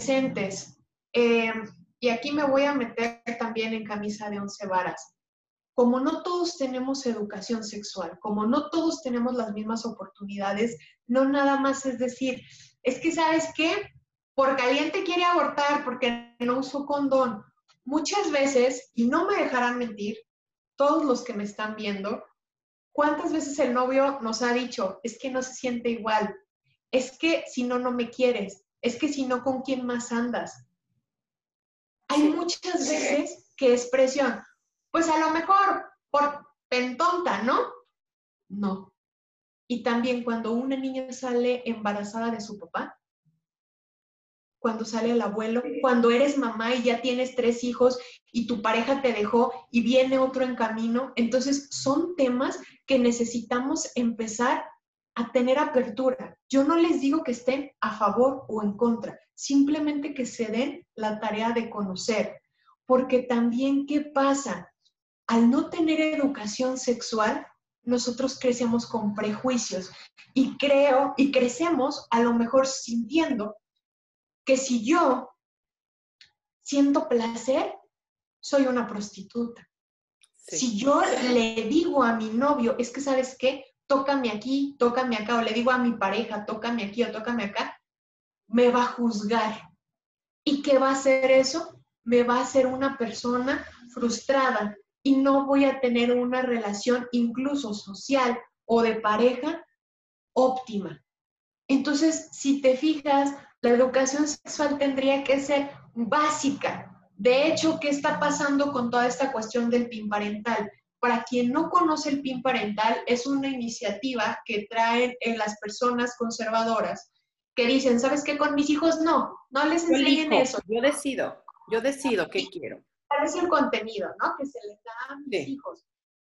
adolescentes. Eh, y aquí me voy a meter también en camisa de once varas. como no todos tenemos educación sexual, como no todos tenemos las mismas oportunidades, no nada más es decir, es que ¿sabes qué? Por caliente quiere abortar porque no usó condón. Muchas veces, y no me dejarán mentir, todos los que me están viendo, ¿cuántas veces el novio nos ha dicho, es que no se siente igual? Es que si no, no me quieres. Es que si no, ¿con quién más andas? Hay muchas veces que es presión. Pues a lo mejor por pentonta, ¿no? No. Y también cuando una niña sale embarazada de su papá, cuando sale el abuelo, cuando eres mamá y ya tienes tres hijos y tu pareja te dejó y viene otro en camino, entonces son temas que necesitamos empezar a tener apertura. Yo no les digo que estén a favor o en contra, simplemente que se den la tarea de conocer, porque también, ¿qué pasa? Al no tener educación sexual, nosotros crecemos con prejuicios y creo, y crecemos a lo mejor sintiendo que si yo siento placer, soy una prostituta. Sí. Si yo le digo a mi novio, es que ¿sabes qué? Tócame aquí, tócame acá, o le digo a mi pareja, tócame aquí o tócame acá, me va a juzgar. ¿Y qué va a hacer eso? Me va a hacer una persona frustrada y no voy a tener una relación incluso social o de pareja óptima. Entonces, si te fijas, la educación sexual tendría que ser básica. De hecho, ¿qué está pasando con toda esta cuestión del P I N parental? Para quien no conoce el P I N parental, es una iniciativa que traen en las personas conservadoras que dicen, ¿sabes qué? Con mis hijos no, no les enseñen eso. Yo decido, yo decido qué quiero. ¿Cuál es el contenido, no? Que se les da a mis sí. hijos.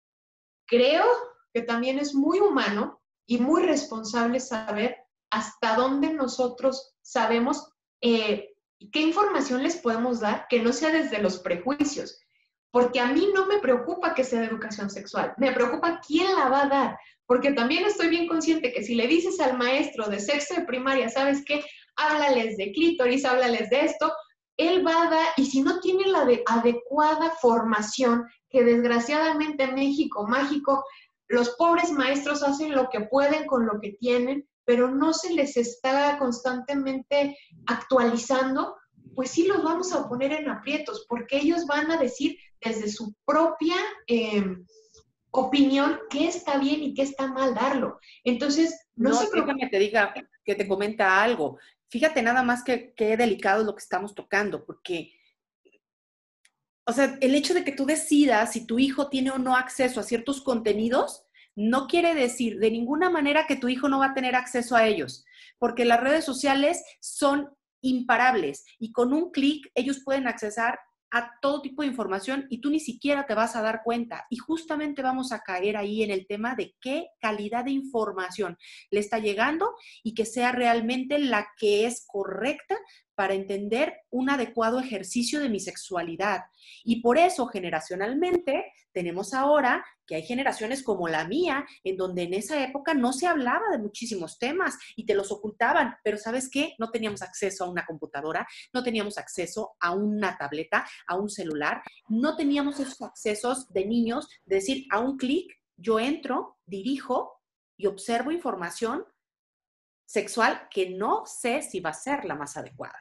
Creo que también es muy humano y muy responsable saber hasta dónde nosotros sabemos eh, qué información les podemos dar que no sea desde los prejuicios. Porque a mí no me preocupa que sea de educación sexual, me preocupa quién la va a dar. Porque también estoy bien consciente que si le dices al maestro de sexto de primaria, ¿sabes qué? Háblales de clítoris, háblales de esto, él va a dar, y si no tiene la de adecuada formación, que desgraciadamente en México mágico, los pobres maestros hacen lo que pueden con lo que tienen, pero no se les está constantemente actualizando, pues sí los vamos a poner en aprietos, porque ellos van a decir desde su propia eh, opinión qué está bien y qué está mal darlo. Entonces, no, no se preocupe. Déjame te diga, que te comenta algo. Fíjate nada más que qué delicado es lo que estamos tocando, porque, o sea, el hecho de que tú decidas si tu hijo tiene o no acceso a ciertos contenidos, no quiere decir de ninguna manera que tu hijo no va a tener acceso a ellos, porque las redes sociales son imparables y con un clic ellos pueden accesar a todo tipo de información y tú ni siquiera te vas a dar cuenta. Y justamente vamos a caer ahí en el tema de qué calidad de información le está llegando y que sea realmente la que es correcta para entender un adecuado ejercicio de mi sexualidad. Y por eso, generacionalmente, tenemos ahora que hay generaciones como la mía, en donde en esa época no se hablaba de muchísimos temas y te los ocultaban, pero ¿sabes qué? No teníamos acceso a una computadora, no teníamos acceso a una tableta, a un celular, no teníamos esos accesos de niños, de decir, a un clic, yo entro, dirijo y observo información sexual que no sé si va a ser la más adecuada.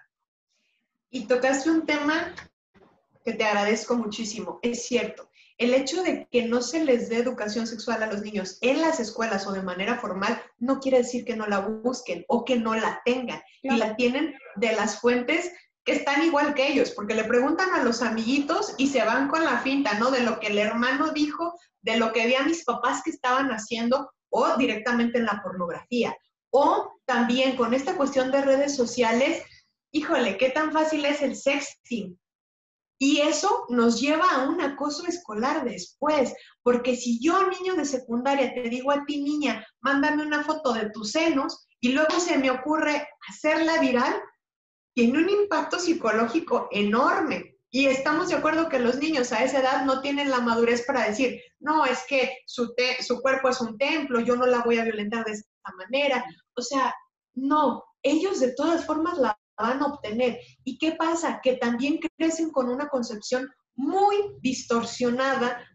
Y tocaste un tema que te agradezco muchísimo. Es cierto, el hecho de que no se les dé educación sexual a los niños en las escuelas o de manera formal no quiere decir que no la busquen o que no la tengan. Claro. Y la tienen de las fuentes que están igual que ellos, porque le preguntan a los amiguitos y se van con la finta, ¿no? De lo que el hermano dijo, de lo que vi a mis papás que estaban haciendo o directamente en la pornografía. O también con esta cuestión de redes sociales, híjole, qué tan fácil es el sexting. Y eso nos lleva a un acoso escolar después, porque si yo, niño de secundaria, te digo a ti, niña, mándame una foto de tus senos, y luego se me ocurre hacerla viral, tiene un impacto psicológico enorme. Y estamos de acuerdo que los niños a esa edad no tienen la madurez para decir, no, es que su, te- su cuerpo es un templo, yo no la voy a violentar de esta manera. O sea, no, ellos de todas formas la van a obtener. ¿Y qué pasa? Que también crecen con una concepción muy distorsionada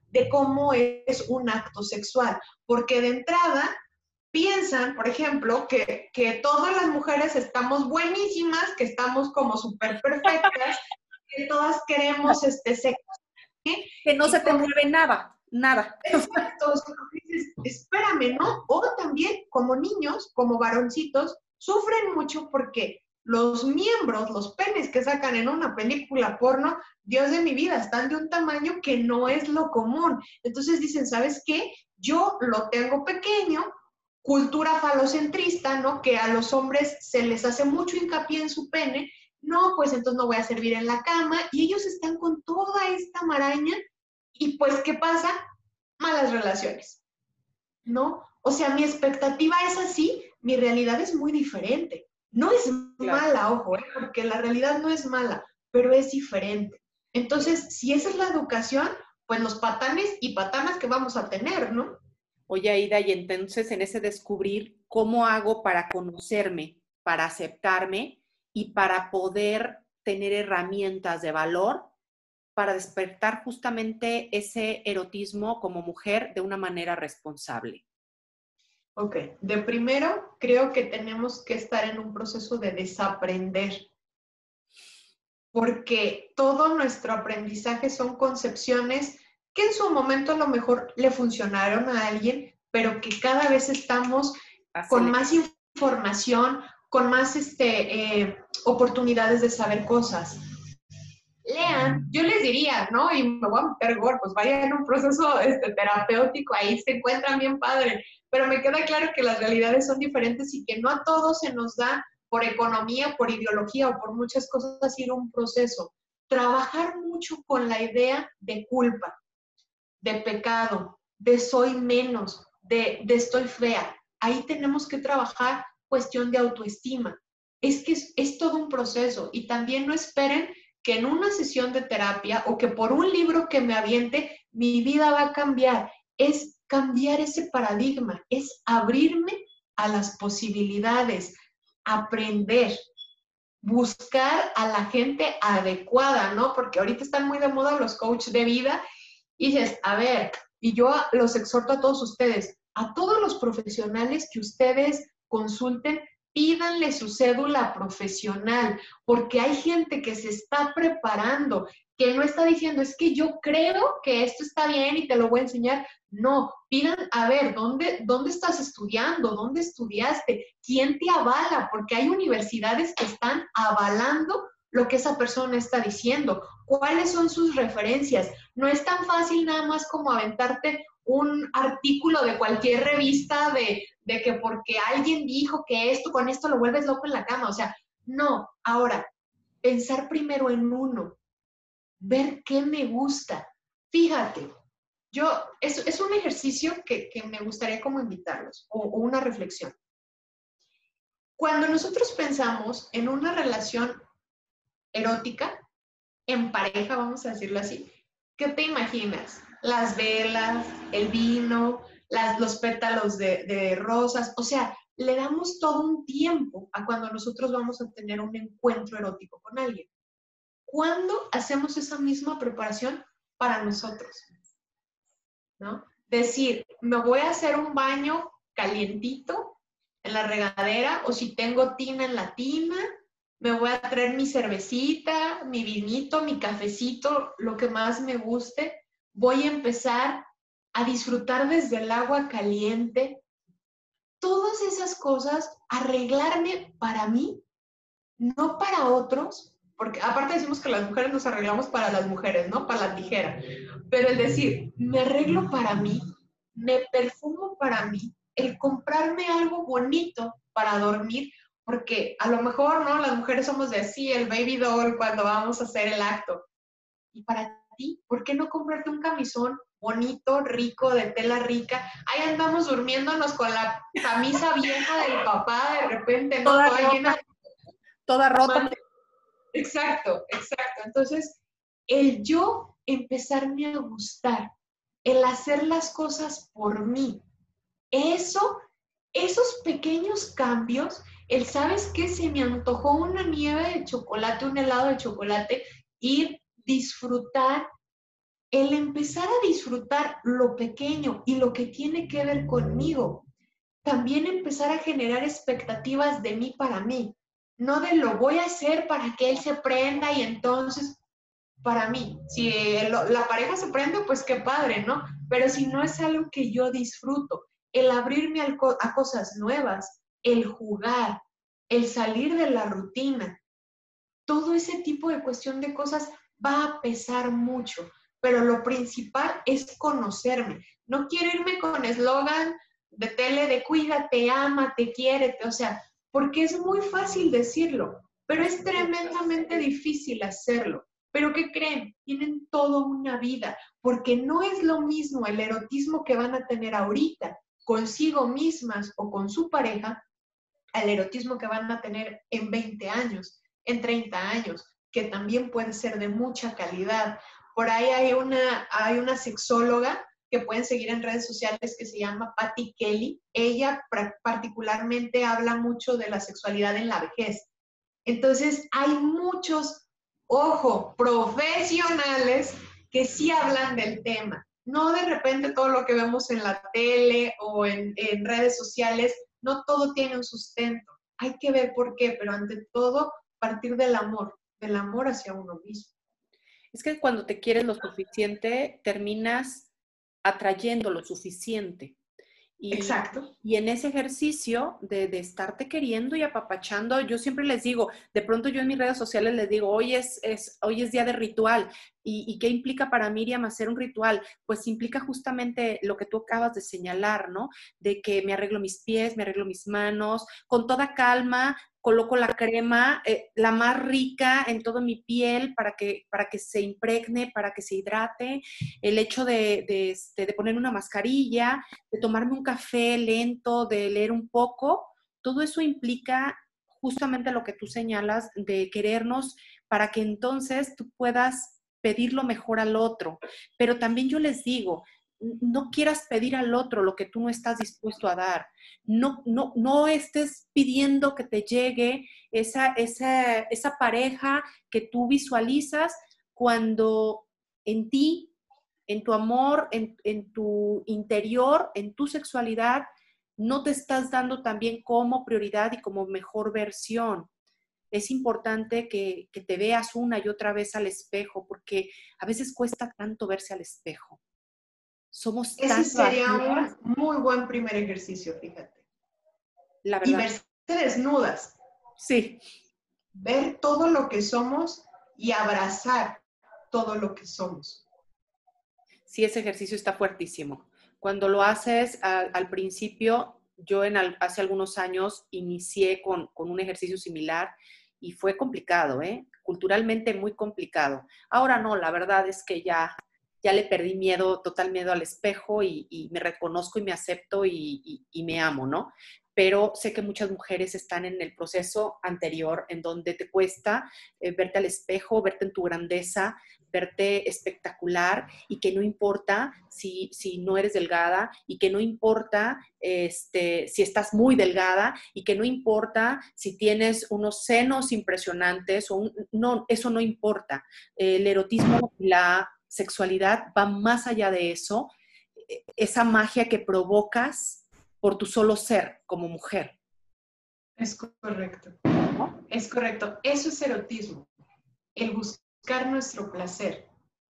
de cómo es un acto sexual, porque de entrada piensan, por ejemplo, que, que todas las mujeres estamos buenísimas, que estamos como súper perfectas, que todas queremos este sexo. ¿Sí? Que no y se te con... mueve nada, nada. Exacto, dices, espérame, ¿no? O también como niños, como varoncitos, sufren mucho porque los miembros, los penes que sacan en una película porno, Dios de mi vida, están de un tamaño que no es lo común. Entonces dicen, ¿sabes qué? Yo lo tengo pequeño, cultura falocentrista, ¿no? Que a los hombres se les hace mucho hincapié en su pene, no, pues entonces no voy a servir en la cama, y ellos están con toda esta maraña, y pues, ¿qué pasa? Malas relaciones, ¿no? O sea, mi expectativa es así, mi realidad es muy diferente. No es Claro. mala, ojo, ¿eh? Porque la realidad no es mala, pero es diferente. Entonces, si esa es la educación, pues los patanes y patanas que vamos a tener, ¿no? Oye, Aida, y entonces en ese descubrir, ¿cómo hago para conocerme, para aceptarme y para poder tener herramientas de valor para despertar justamente ese erotismo como mujer de una manera responsable? Ok, de primero creo que tenemos que estar en un proceso de desaprender, porque todo nuestro aprendizaje son concepciones que en su momento a lo mejor le funcionaron a alguien, pero que cada vez estamos con más información, con más este, eh, oportunidades de saber cosas. Lean, yo les diría, ¿no? Y me voy a meter gol, pues vayan en un proceso este, terapéutico, ahí se encuentran bien padre, pero me queda claro que las realidades son diferentes y que no a todos se nos da por economía, por ideología o por muchas cosas ir a un proceso. Trabajar mucho con la idea de culpa, de pecado, de soy menos, de, de estoy fea. Ahí tenemos que trabajar cuestión de autoestima. Es que es, es todo un proceso y también no esperen que en una sesión de terapia o que por un libro que me aviente mi vida va a cambiar. Es cambiar ese paradigma, es abrirme a las posibilidades, aprender, buscar a la gente adecuada, ¿no? Porque ahorita están muy de moda los coaches de vida y dices, a ver, y yo los exhorto a todos ustedes, a todos los profesionales que ustedes consulten, pídanle su cédula profesional, porque hay gente que se está preparando, que no está diciendo, es que yo creo que esto está bien y te lo voy a enseñar. No, pidan, a ver, ¿dónde, dónde estás estudiando? ¿Dónde estudiaste? ¿Quién te avala? Porque hay universidades que están avalando lo que esa persona está diciendo. ¿Cuáles son sus referencias? No es tan fácil nada más como aventarte un artículo de cualquier revista de, de que porque alguien dijo que esto, con esto lo vuelves loco en la cama. O sea, no. Ahora, pensar primero en uno, ver qué me gusta. Fíjate, yo, es, es un ejercicio que, que me gustaría como invitarlos, o, o una reflexión. Cuando nosotros pensamos en una relación erótica, en pareja, vamos a decirlo así, ¿qué te imaginas? Las velas, el vino, las, los pétalos de, de rosas, o sea, le damos todo un tiempo a cuando nosotros vamos a tener un encuentro erótico con alguien. ¿Cuándo hacemos esa misma preparación para nosotros? ¿No? Decir, me voy a hacer un baño calientito en la regadera, o si tengo tina en la tina, me voy a traer mi cervecita, mi vinito, mi cafecito, lo que más me guste. Voy a empezar a disfrutar desde el agua caliente. Todas esas cosas, arreglarme para mí, no para otros, porque aparte decimos que las mujeres nos arreglamos para las mujeres, ¿no? Para la tijera. Pero el decir, me arreglo para mí, me perfumo para mí, el comprarme algo bonito para dormir, porque a lo mejor, ¿no? Las mujeres somos de sí, el baby doll cuando vamos a hacer el acto. Y para ti, ¿por qué no comprarte un camisón bonito, rico, de tela rica? Ahí andamos durmiéndonos con la camisa vieja del papá, de repente, ¿no? Toda, Toda rota, llena. Toda rota. Exacto, exacto. Entonces, el yo empezarme a gustar, el hacer las cosas por mí, eso, esos pequeños cambios, el ¿sabes qué? Se me antojó una nieve de chocolate, un helado de chocolate, ir, disfrutar el empezar a disfrutar lo pequeño y lo que tiene que ver conmigo. También empezar a generar expectativas de mí para mí, no de lo voy a hacer para que él se prenda y entonces para mí. Si el, la pareja se prende, pues qué padre, ¿no? Pero si no es algo que yo disfruto, el abrirme al, a cosas nuevas, el jugar, el salir de la rutina, todo ese tipo de cuestión de cosas va a pesar mucho, pero lo principal es conocerme. No quiero irme con eslogan de tele de cuídate, ámate, quiérete, o sea, porque es muy fácil decirlo, pero es tremendamente difícil hacerlo. ¿Pero qué creen? Tienen toda una vida, porque no es lo mismo el erotismo que van a tener ahorita consigo mismas o con su pareja, al erotismo que van a tener en veinte años, en treinta años, que también puede ser de mucha calidad. Por ahí hay una, hay una sexóloga que pueden seguir en redes sociales que se llama Patty Kelly. Ella particularmente habla mucho de la sexualidad en la vejez. Entonces, hay muchos, ojo, profesionales que sí hablan del tema. No de repente todo lo que vemos en la tele o en, en redes sociales, no todo tiene un sustento. Hay que ver por qué, pero ante todo, partir del amor, del amor hacia uno mismo. Es que cuando te quieres lo suficiente, terminas atrayendo lo suficiente. Y, Exacto. Y en ese ejercicio de, de estarte queriendo y apapachando, yo siempre les digo, de pronto yo en mis redes sociales les digo, hoy es, es, hoy es día de ritual. ¿Y, ¿Y qué implica para Miriam hacer un ritual? Pues implica justamente lo que tú acabas de señalar, ¿no? De que me arreglo mis pies, me arreglo mis manos, con toda calma, coloco la crema, eh, la más rica en toda mi piel para que, para que se impregne, para que se hidrate. El hecho de, de, de, de poner una mascarilla, de tomarme un café lento, de leer un poco, todo eso implica justamente lo que tú señalas de querernos para que entonces tú puedas pedir lo mejor al otro. Pero también yo les digo, no quieras pedir al otro lo que tú no estás dispuesto a dar. No, no, no estés pidiendo que te llegue esa, esa, esa pareja que tú visualizas cuando en ti, en tu amor, en, en tu interior, en tu sexualidad, no te estás dando también como prioridad y como mejor versión. Es importante que, que te veas una y otra vez al espejo, porque a veces cuesta tanto verse al espejo. Somos Ese sería vacías. un muy buen primer ejercicio, fíjate. La verdad. Y verse desnudas. Sí. Ver todo lo que somos y abrazar todo lo que somos. Sí, ese ejercicio está fuertísimo. Cuando lo haces a, al principio, yo en al, hace algunos años inicié con, con un ejercicio similar y fue complicado, ¿eh? Culturalmente muy complicado. Ahora no, la verdad es que ya... ya le perdí miedo, total miedo al espejo y, y me reconozco y me acepto y, y, y me amo, ¿no? Pero sé que muchas mujeres están en el proceso anterior en donde te cuesta eh, verte al espejo, verte en tu grandeza, verte espectacular y que no importa si, si no eres delgada y que no importa este, si estás muy delgada y que no importa si tienes unos senos impresionantes o un, no, eso no importa. El erotismo, la sexualidad va más allá de eso, esa magia que provocas por tu solo ser como mujer. Es correcto, ¿no? Es correcto. Eso es erotismo, el buscar nuestro placer.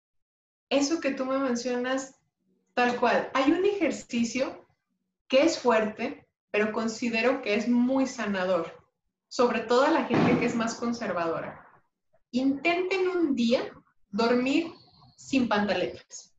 Eso que tú me mencionas, tal cual. Hay un ejercicio que es fuerte, pero considero que es muy sanador, sobre todo a la gente que es más conservadora. Intenten un día dormir sin pantaletas.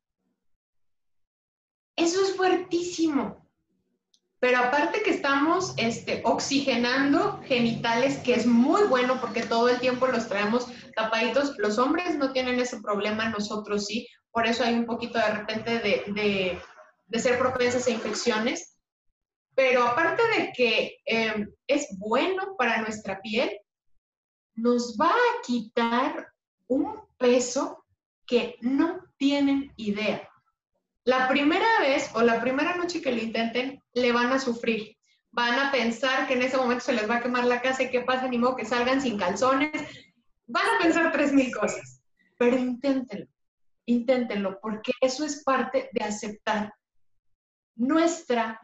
Eso es fuertísimo. Pero aparte que estamos este, oxigenando genitales, que es muy bueno porque todo el tiempo los traemos tapaditos. Los hombres no tienen ese problema, nosotros sí. Por eso hay un poquito de repente de, de, de ser propensas a infecciones. Pero aparte de que eh, es bueno para nuestra piel, nos va a quitar un peso que no tienen idea. La primera vez o la primera noche que lo intenten, le van a sufrir. Van a pensar que en ese momento se les va a quemar la casa y qué pasa, ni modo que salgan sin calzones. Van a pensar tres mil cosas, pero inténtenlo. inténtenlo, porque eso es parte de aceptar nuestra,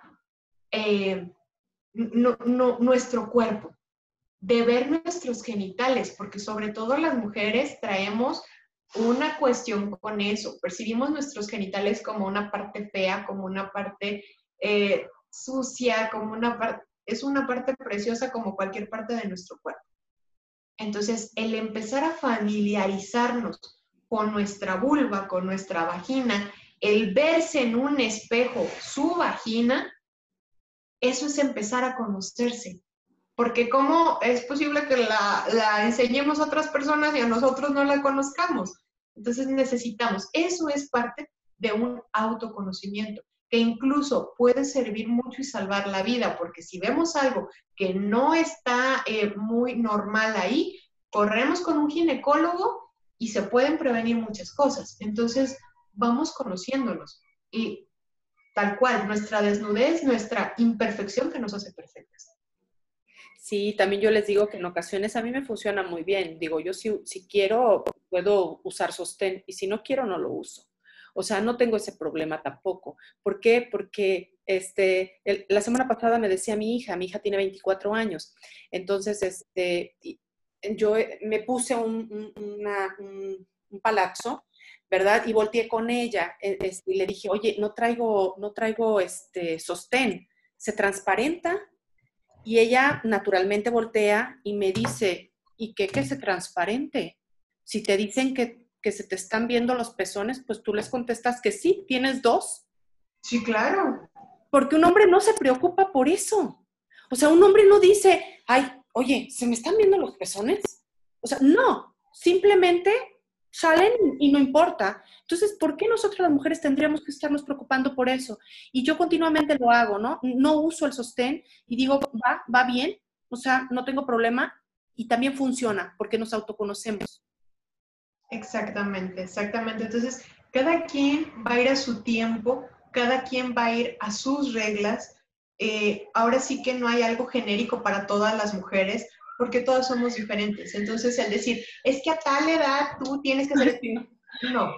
eh, no, no, nuestro cuerpo, de ver nuestros genitales, porque sobre todo las mujeres traemos una cuestión con eso, percibimos nuestros genitales como una parte fea, como una parte eh, sucia, como una parte, es una parte preciosa como cualquier parte de nuestro cuerpo. Entonces, el empezar a familiarizarnos con nuestra vulva, con nuestra vagina, el verse en un espejo su vagina, eso es empezar a conocerse. Porque ¿cómo es posible que la, la enseñemos a otras personas y a nosotros no la conozcamos? Entonces necesitamos, eso es parte de un autoconocimiento, que incluso puede servir mucho y salvar la vida, porque si vemos algo que no está eh, muy normal ahí, corremos con un ginecólogo y se pueden prevenir muchas cosas. Entonces vamos conociéndonos y tal cual, nuestra desnudez, nuestra imperfección que nos hace perfectas. Sí, también yo les digo que en ocasiones a mí me funciona muy bien. Digo, yo si, si quiero, puedo usar sostén y si no quiero, no lo uso. O sea, no tengo ese problema tampoco. ¿Por qué? Porque este, el, la semana pasada me decía mi hija, mi hija tiene veinticuatro años, entonces este, yo me puse un, un, una, un, un palazzo, ¿verdad? Y volteé con ella este, y le dije, oye, no traigo, no traigo este, sostén, ¿se transparenta? Y ella naturalmente voltea y me dice, ¿y qué que se transparente? Si te dicen que, que se te están viendo los pezones, pues tú les contestas que sí, ¿tienes dos? Sí, claro. Porque un hombre no se preocupa por eso. O sea, un hombre no dice, ay, oye, ¿se me están viendo los pezones? O sea, no, simplemente salen y no importa. Entonces, ¿por qué nosotros las mujeres tendríamos que estarnos preocupando por eso? Y yo continuamente lo hago, ¿no? No uso el sostén y digo, va, va bien, o sea, no tengo problema y también funciona porque nos autoconocemos. Exactamente, exactamente. Entonces, cada quien va a ir a su tiempo, cada quien va a ir a sus reglas. Eh, ahora sí que no hay algo genérico para todas las mujeres, porque todas somos diferentes. Entonces, el decir, es que a tal edad tú tienes que hacer... No,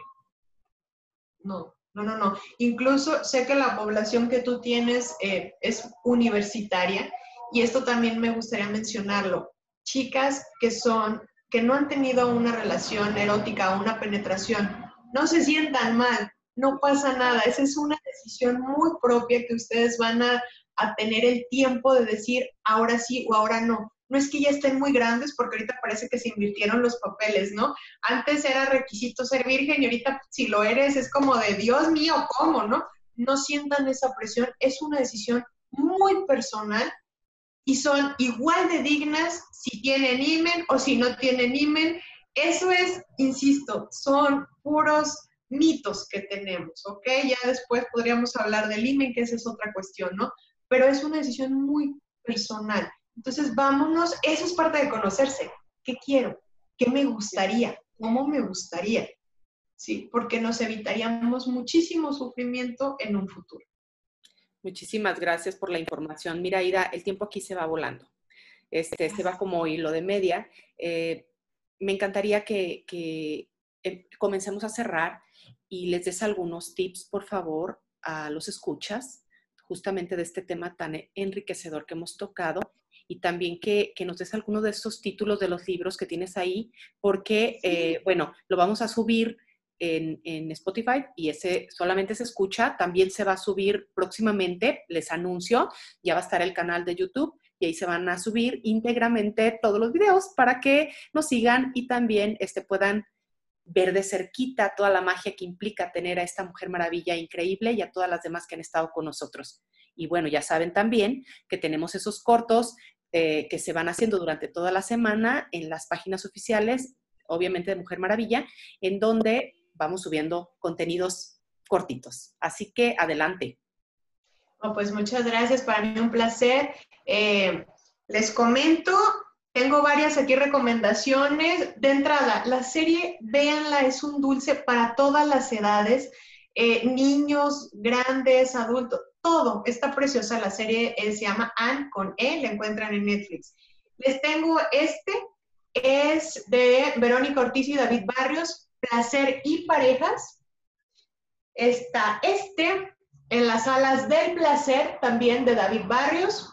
no, no, no, no. Incluso sé que la población que tú tienes eh, es universitaria y esto también me gustaría mencionarlo. Chicas que son, que no han tenido una relación erótica o una penetración, no se sientan mal, no pasa nada. Esa es una decisión muy propia que ustedes van a, a tener el tiempo de decir ahora sí o ahora no. No es que ya estén muy grandes, porque ahorita parece que se invirtieron los papeles, ¿no? Antes era requisito ser virgen y ahorita si lo eres es como de, Dios mío, ¿cómo, no? No sientan esa presión, es una decisión muy personal y son igual de dignas si tienen himen o si no tienen himen. Eso es, insisto, son puros mitos que tenemos, ¿ok? Ya después podríamos hablar del himen, que esa es otra cuestión, ¿no? Pero es una decisión muy personal. Entonces, vámonos, eso es parte de conocerse. ¿Qué quiero? ¿Qué me gustaría? ¿Cómo me gustaría? Sí, porque nos evitaríamos muchísimo sufrimiento en un futuro. Muchísimas gracias por la información. Mira, Ida, el tiempo aquí se va volando. Este, se va como hilo de media. Eh, me encantaría que, que eh, comencemos a cerrar y les des algunos tips, por favor, a los escuchas, justamente de este tema tan enriquecedor que hemos tocado. Y también que, que nos des alguno de estos títulos de los libros que tienes ahí, porque, eh, bueno, lo vamos a subir en, en Spotify y ese solamente se escucha. También se va a subir próximamente, les anuncio, ya va a estar el canal de YouTube y ahí se van a subir íntegramente todos los videos para que nos sigan y también este, puedan ver de cerquita toda la magia que implica tener a esta Mujer Maravilla increíble y a todas las demás que han estado con nosotros. Y bueno, ya saben también que tenemos esos cortos eh, que se van haciendo durante toda la semana en las páginas oficiales, obviamente de Mujer Maravilla, en donde vamos subiendo contenidos cortitos. Así que adelante. Oh, pues muchas gracias, para mí un placer. Eh, les comento, tengo varias aquí recomendaciones. De entrada, la serie, véanla, es un dulce para todas las edades, eh, niños, grandes, adultos. Todo, está preciosa la serie, eh, se llama Anne con E, la encuentran en Netflix. Les tengo este, es de Verónica Ortiz y David Barrios, placer y parejas. Está este, en las alas del placer, también de David Barrios.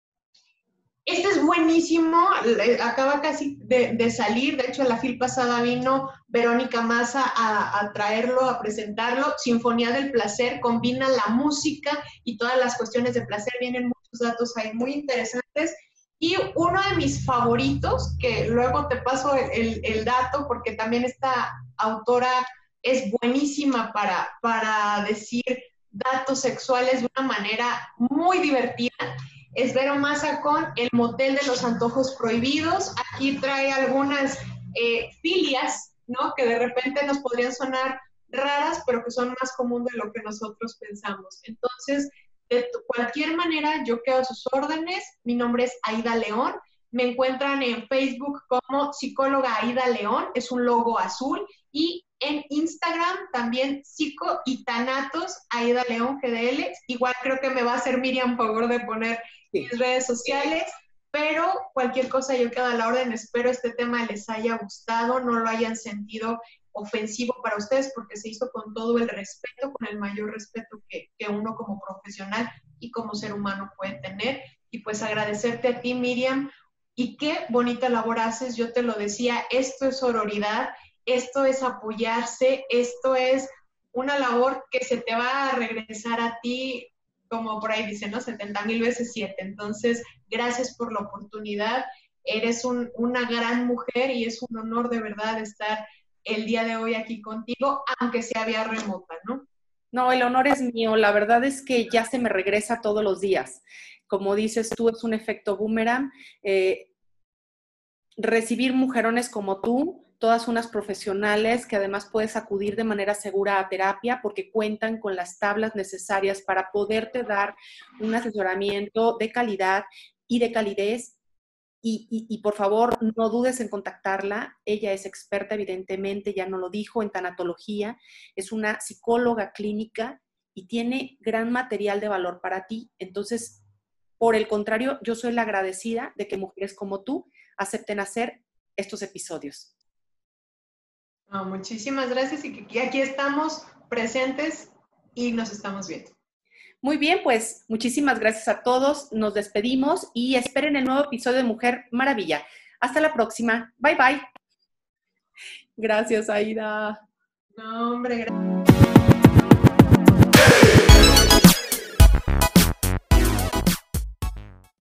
Este es buenísimo, acaba casi de, de salir, de hecho en la fil pasada vino Verónica Maza a, a traerlo, a presentarlo. Sinfonía del Placer, combina la música y todas las cuestiones de placer, vienen muchos datos ahí muy interesantes. Y uno de mis favoritos, que luego te paso el, el, el dato, porque también esta autora es buenísima para, para decir datos sexuales de una manera muy divertida, es Vero Maza con El Motel de los Antojos Prohibidos. Aquí trae algunas eh, filias, ¿no? Que de repente nos podrían sonar raras, pero que son más comunes de lo que nosotros pensamos. Entonces, de cualquier manera, yo quedo a sus órdenes. Mi nombre es Aida León. Me encuentran en Facebook como psicóloga Aida León, es un logo azul. Y en Instagram también psico y tanatos Aida León G D L. Igual creo que me va a hacer Miriam favor de poner sí. mis redes sociales, pero cualquier cosa yo quedo a la orden. Espero este tema les haya gustado, no lo hayan sentido ofensivo para ustedes, porque se hizo con todo el respeto, con el mayor respeto que, que uno como profesional y como ser humano puede tener. Y pues agradecerte a ti, Miriam, y qué bonita labor haces. Yo te lo decía, esto es sororidad, esto es apoyarse, esto es una labor que se te va a regresar a ti, como por ahí dicen, ¿no? setenta mil veces siete. Entonces, gracias por la oportunidad. Eres un, una gran mujer y es un honor de verdad estar el día de hoy aquí contigo, aunque sea vía remota, ¿no? No, el honor es mío. La verdad es que ya se me regresa todos los días. Como dices tú, es un efecto boomerang. Eh, recibir mujerones como tú, todas unas profesionales que además puedes acudir de manera segura a terapia porque cuentan con las tablas necesarias para poderte dar un asesoramiento de calidad y de calidez. Y, y, y por favor, no dudes en contactarla. Ella es experta, evidentemente, ya no lo dijo, en tanatología. Es una psicóloga clínica y tiene gran material de valor para ti. Entonces, por el contrario, yo soy la agradecida de que mujeres como tú acepten hacer estos episodios. No, muchísimas gracias y que aquí estamos presentes y nos estamos viendo. Muy bien, pues muchísimas gracias a todos. Nos despedimos y esperen el nuevo episodio de Mujer Maravilla. Hasta la próxima. Bye, bye. Gracias, Aida. No, hombre, gracias.